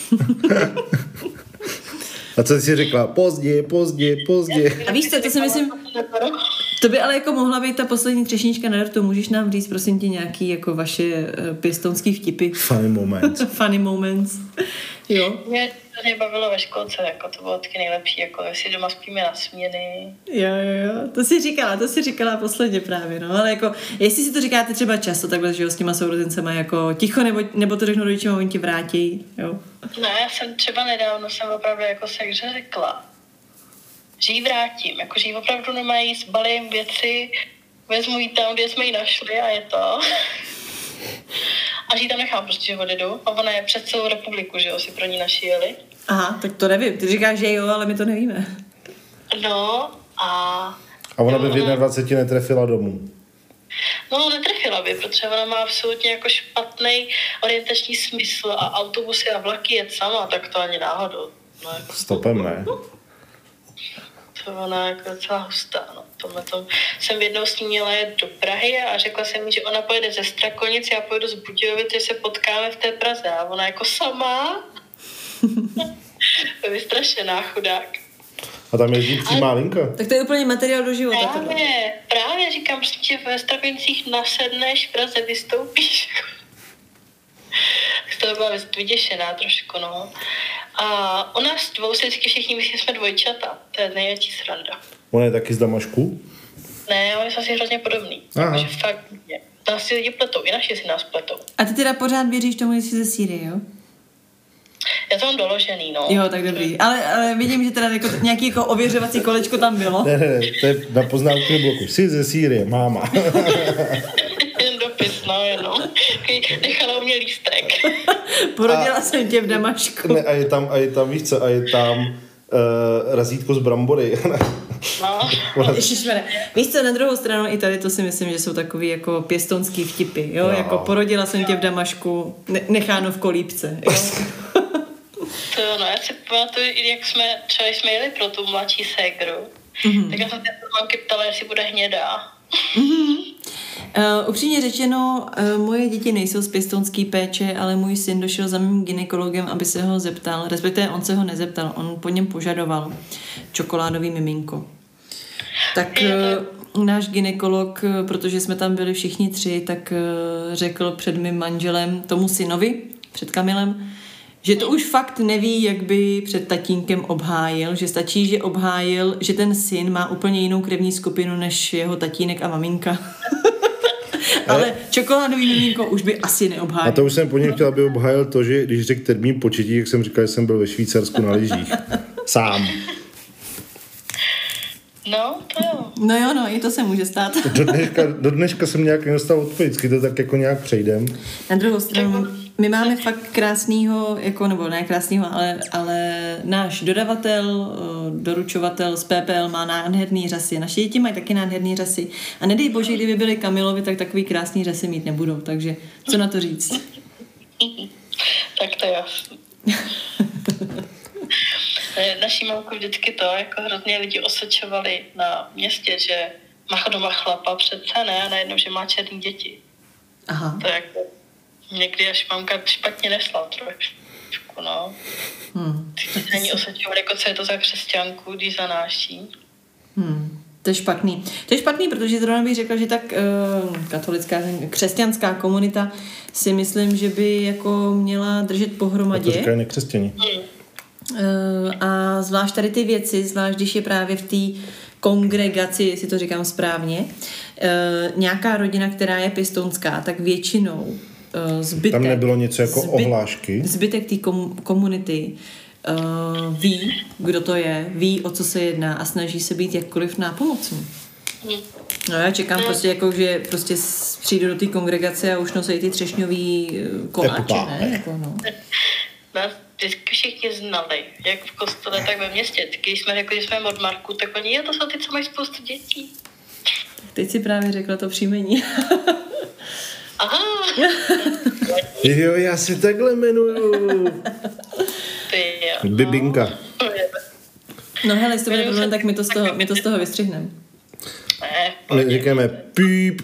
A co jsi řekla? Pozdě, pozdě, pozdě. A víš co, to si myslím... To by ale jako mohla být ta poslední třešnička na dortu. Můžeš nám říct, prosím tě, nějaký jako vaše pěstounský vtipy? Funny moments. Funny moments. Jo. Mě to mě bavilo ve školce, jako to bylo taky nejlepší, jako jestli doma spíme na směny. Jo, jo, jo. To si říkala, to si říkala posledně právě, no. Ale jako, jestli si to říkáte třeba často, takhle, že jo, s těma sourozencema jako ticho, nebo, nebo to řeknu rodičům a oni ti vrátí, jo. Ne, já jsem třeba nedávno jsem opravdu jako se hře řekla, že jí vrátím, jako že jí opravdu nemají, zbalím věci, vezmu jí tam, kde jsme ji našli a je to. A že ji tam nechám prostě, že odjedu. A ona je před celou republiku, že jo, si pro ní našijeli. Aha, tak to nevím. Ty říkáš, že jo, ale my to nevíme. No a... A ona by v dvacet jedna netrefila domů. No, netrefila by, protože ona má absolutně jako špatný orientační smysl a autobusy a vlaky jet sama, tak to ani náhodou. No, jako Stopem ne. To ona jako docela hustá, no. Tomhle tom jsem jednou s ní měla jet do Prahy a řekla jsem mi, že ona pojede ze Strakonic, já pojedu z Budějovic, že se potkáme v té Praze a ona jako sama. To je vystrašená, chudák. A tam jezdí přímá linka. Tak to je úplně materiál do života. Právě, právě říkám, prostě ve Strakonicích nasedneš, v Praze vystoupíš. Tak to byla vyděšená trošku, no. A u nás dvou se vždycky všichni myslí, že jsme dvojčata. To je největší sranda. On je taky z Damašku? Ne, oni jsou asi hrozně podobný. Takže fakt mě. Nás si lidi pletou, i naši si nás pletou. A ty teda pořád věříš tomu, že jsi ze Sýrie, jo? Já to mám doložený, no. Jo, tak dobrý. Ale, ale vidím, že teda jako nějaký jako ověřovací kolečko tam bylo. Ne, ne, ne, to je na poznámkovém bloku. Jsi ze Sýrie, máma. Jen dopis, no, jenom. Nechala u mě lístek. Porodila a, jsem tě v Damašku. Ne, a je tam, a je tam, víš co, a je tam uh, razítko z brambory. No. Ježišmarja. Víš co, na druhou stranu i tady to si myslím, že jsou takový jako pěstounský vtipy, jo? No. Jako porodila jsem tě v Damašku, ne- necháno v kolípce, jo? To jo, no já si pamatuju, jak jsme, třeba jsme jeli pro tu mladší ségru, mm-hmm. tak já jsem se mamky ptala, jestli bude hnědá. Mm-hmm. Uh, upřímně řečeno, uh, moje děti nejsou z pěstounský péče, ale můj syn došel za mým gynekologem, aby se ho zeptal, respektive on se ho nezeptal, on po něm požadoval čokoládový miminko. Tak uh, náš gynekolog, protože jsme tam byli všichni tři, tak uh, řekl před mým manželem, tomu synovi, před Kamilem, že to už fakt neví, jak by před tatínkem obhájil, že stačí, že obhájil, že ten syn má úplně jinou krevní skupinu než jeho tatínek a maminka. Ale čokoládový miminko už by asi neobhájil. A to už jsem po něm chtěl, aby obhájil to, že když řekl termín početí, jak jsem říkal, že jsem byl ve Švýcarsku na lyžích. Sám. No, to jo. No jo, no, i to se může stát. Do dneška, do dneška jsem nějak nedostal odpověď, vždycky to tak jako nějak přejdem. Na druhou stranu, my máme fakt krásnýho, jako, nebo ne krásnýho, ale, ale náš dodavatel, doručovatel z P P L má nádherný řasy. Naše děti mají taky nádherný řasy. A nedej bože, kdyby byly Kamilovi, tak takový krásný řasy mít nebudou. Takže co na to říct? Tak to je jasný. Naší mamku vždycky to, jako hrozně lidi osočovali na městě, že má doma chlapa přece, ne, a najednou, že má černý děti. Aha. To jako někdy až mamka špatně nesla trošku, no. Hmm. Ty se ní osočovali, jako co je to za křesťanku, když zanáší. Hmm. To je špatný. To je špatný, protože zrovna bych řekla, že tak uh, katolická, křesťanská komunita si myslím, že by jako měla držet pohromadě. A to říkají nekřesťaní. Hmm. A zvlášť tady ty věci, zvlášť když je právě v té kongregaci, jestli to říkám správně, nějaká rodina, která je pěstounská, tak většinou zbytek... Tam nebylo něco jako zbyt, ohlášky? Zbytek té kom, komunity uh, ví, kdo to je, ví, o co se jedná a snaží se být jakkoliv nápomocný. No já čekám prostě jako, že prostě přijdu do té kongregace a už nosí ty třešňový koláče, ne? Jako, no. Nás vždycky všichni znali, jak v kostele, tak ve městě. Když jsme řekli, že jsme od Marku, tak oni, jo, to jsou ty, co mají spoustu dětí. Teď si právě řekla to příjmení. Aha. Jo, já se takhle jmenuju. Ty jo. Bibinka. No hele, jestli to bude problém, tak my to z toho, my to z toho vystřihneme. Ne, my říkáme píp.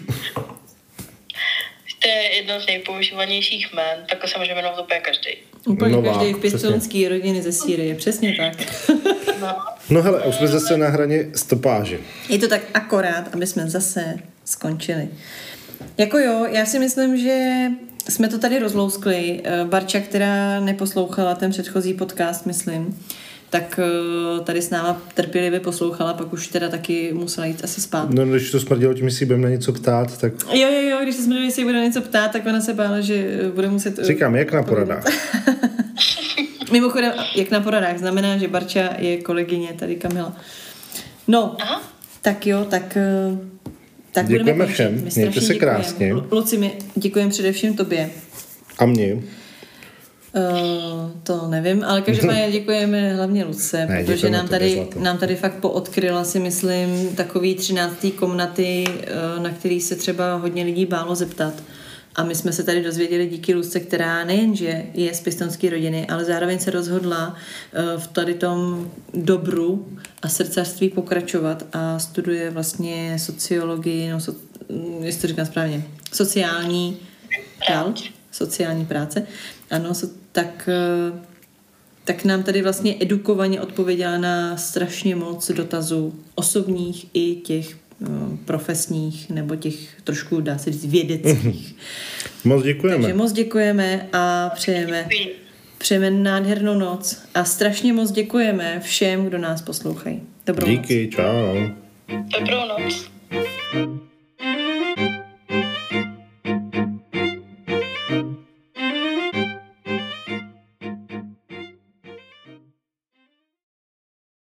To je jedno z nejpoužívanějších jmén, tak se může jmenovat úplně každý. Úplně Nová, každý v pěstounský rodiny ze Sýrie, přesně tak. No. No hele, už jsme zase na hraně stopáže. Je to tak akorát, aby jsme zase skončili. Jako jo, já si myslím, že jsme to tady rozlouskli. Barča, která neposlouchala ten předchozí podcast, myslím, tak tady s náma trpělivě poslouchala, pak už teda taky musela jít asi spát. No, když to smrdělo tím, jestli budeme na něco ptát, tak... Jo, jo, jo, když se smrdělo, jestli bude na něco ptát, tak ona se bála, že bude muset... Říkám, jak na poradách. Mimochodem, jak na poradách, znamená, že Barča je kolegyně tady Kamila. No, aha. Tak jo, tak... tak děkujeme všem, mějte se krásně. Luci, my děkujeme především tobě. A mě. Uh, to nevím, ale každopádně děkujeme hlavně Luce, ne, protože nám tady, nám tady fakt poodkryla, si myslím, takový třináctý komnaty, uh, na který se třeba hodně lidí bálo zeptat. A my jsme se tady dozvěděli díky Luce, která nejenže je z pěstounské rodiny, ale zároveň se rozhodla uh, v tady tom dobru a srdcařství pokračovat a studuje vlastně sociologii, no, so, jestli to říkám správně, sociální dál, sociální práce. Ano, tak, tak nám tady vlastně edukovaně odpověděla na strašně moc dotazů osobních i těch no, profesních, nebo těch trošku, dá se říct, vědeckých. Moc děkujeme. Takže moc děkujeme a přejeme, přejeme nádhernou noc a strašně moc děkujeme všem, kdo nás poslouchají. Dobrou Díky, noc. čau. Dobrou noc.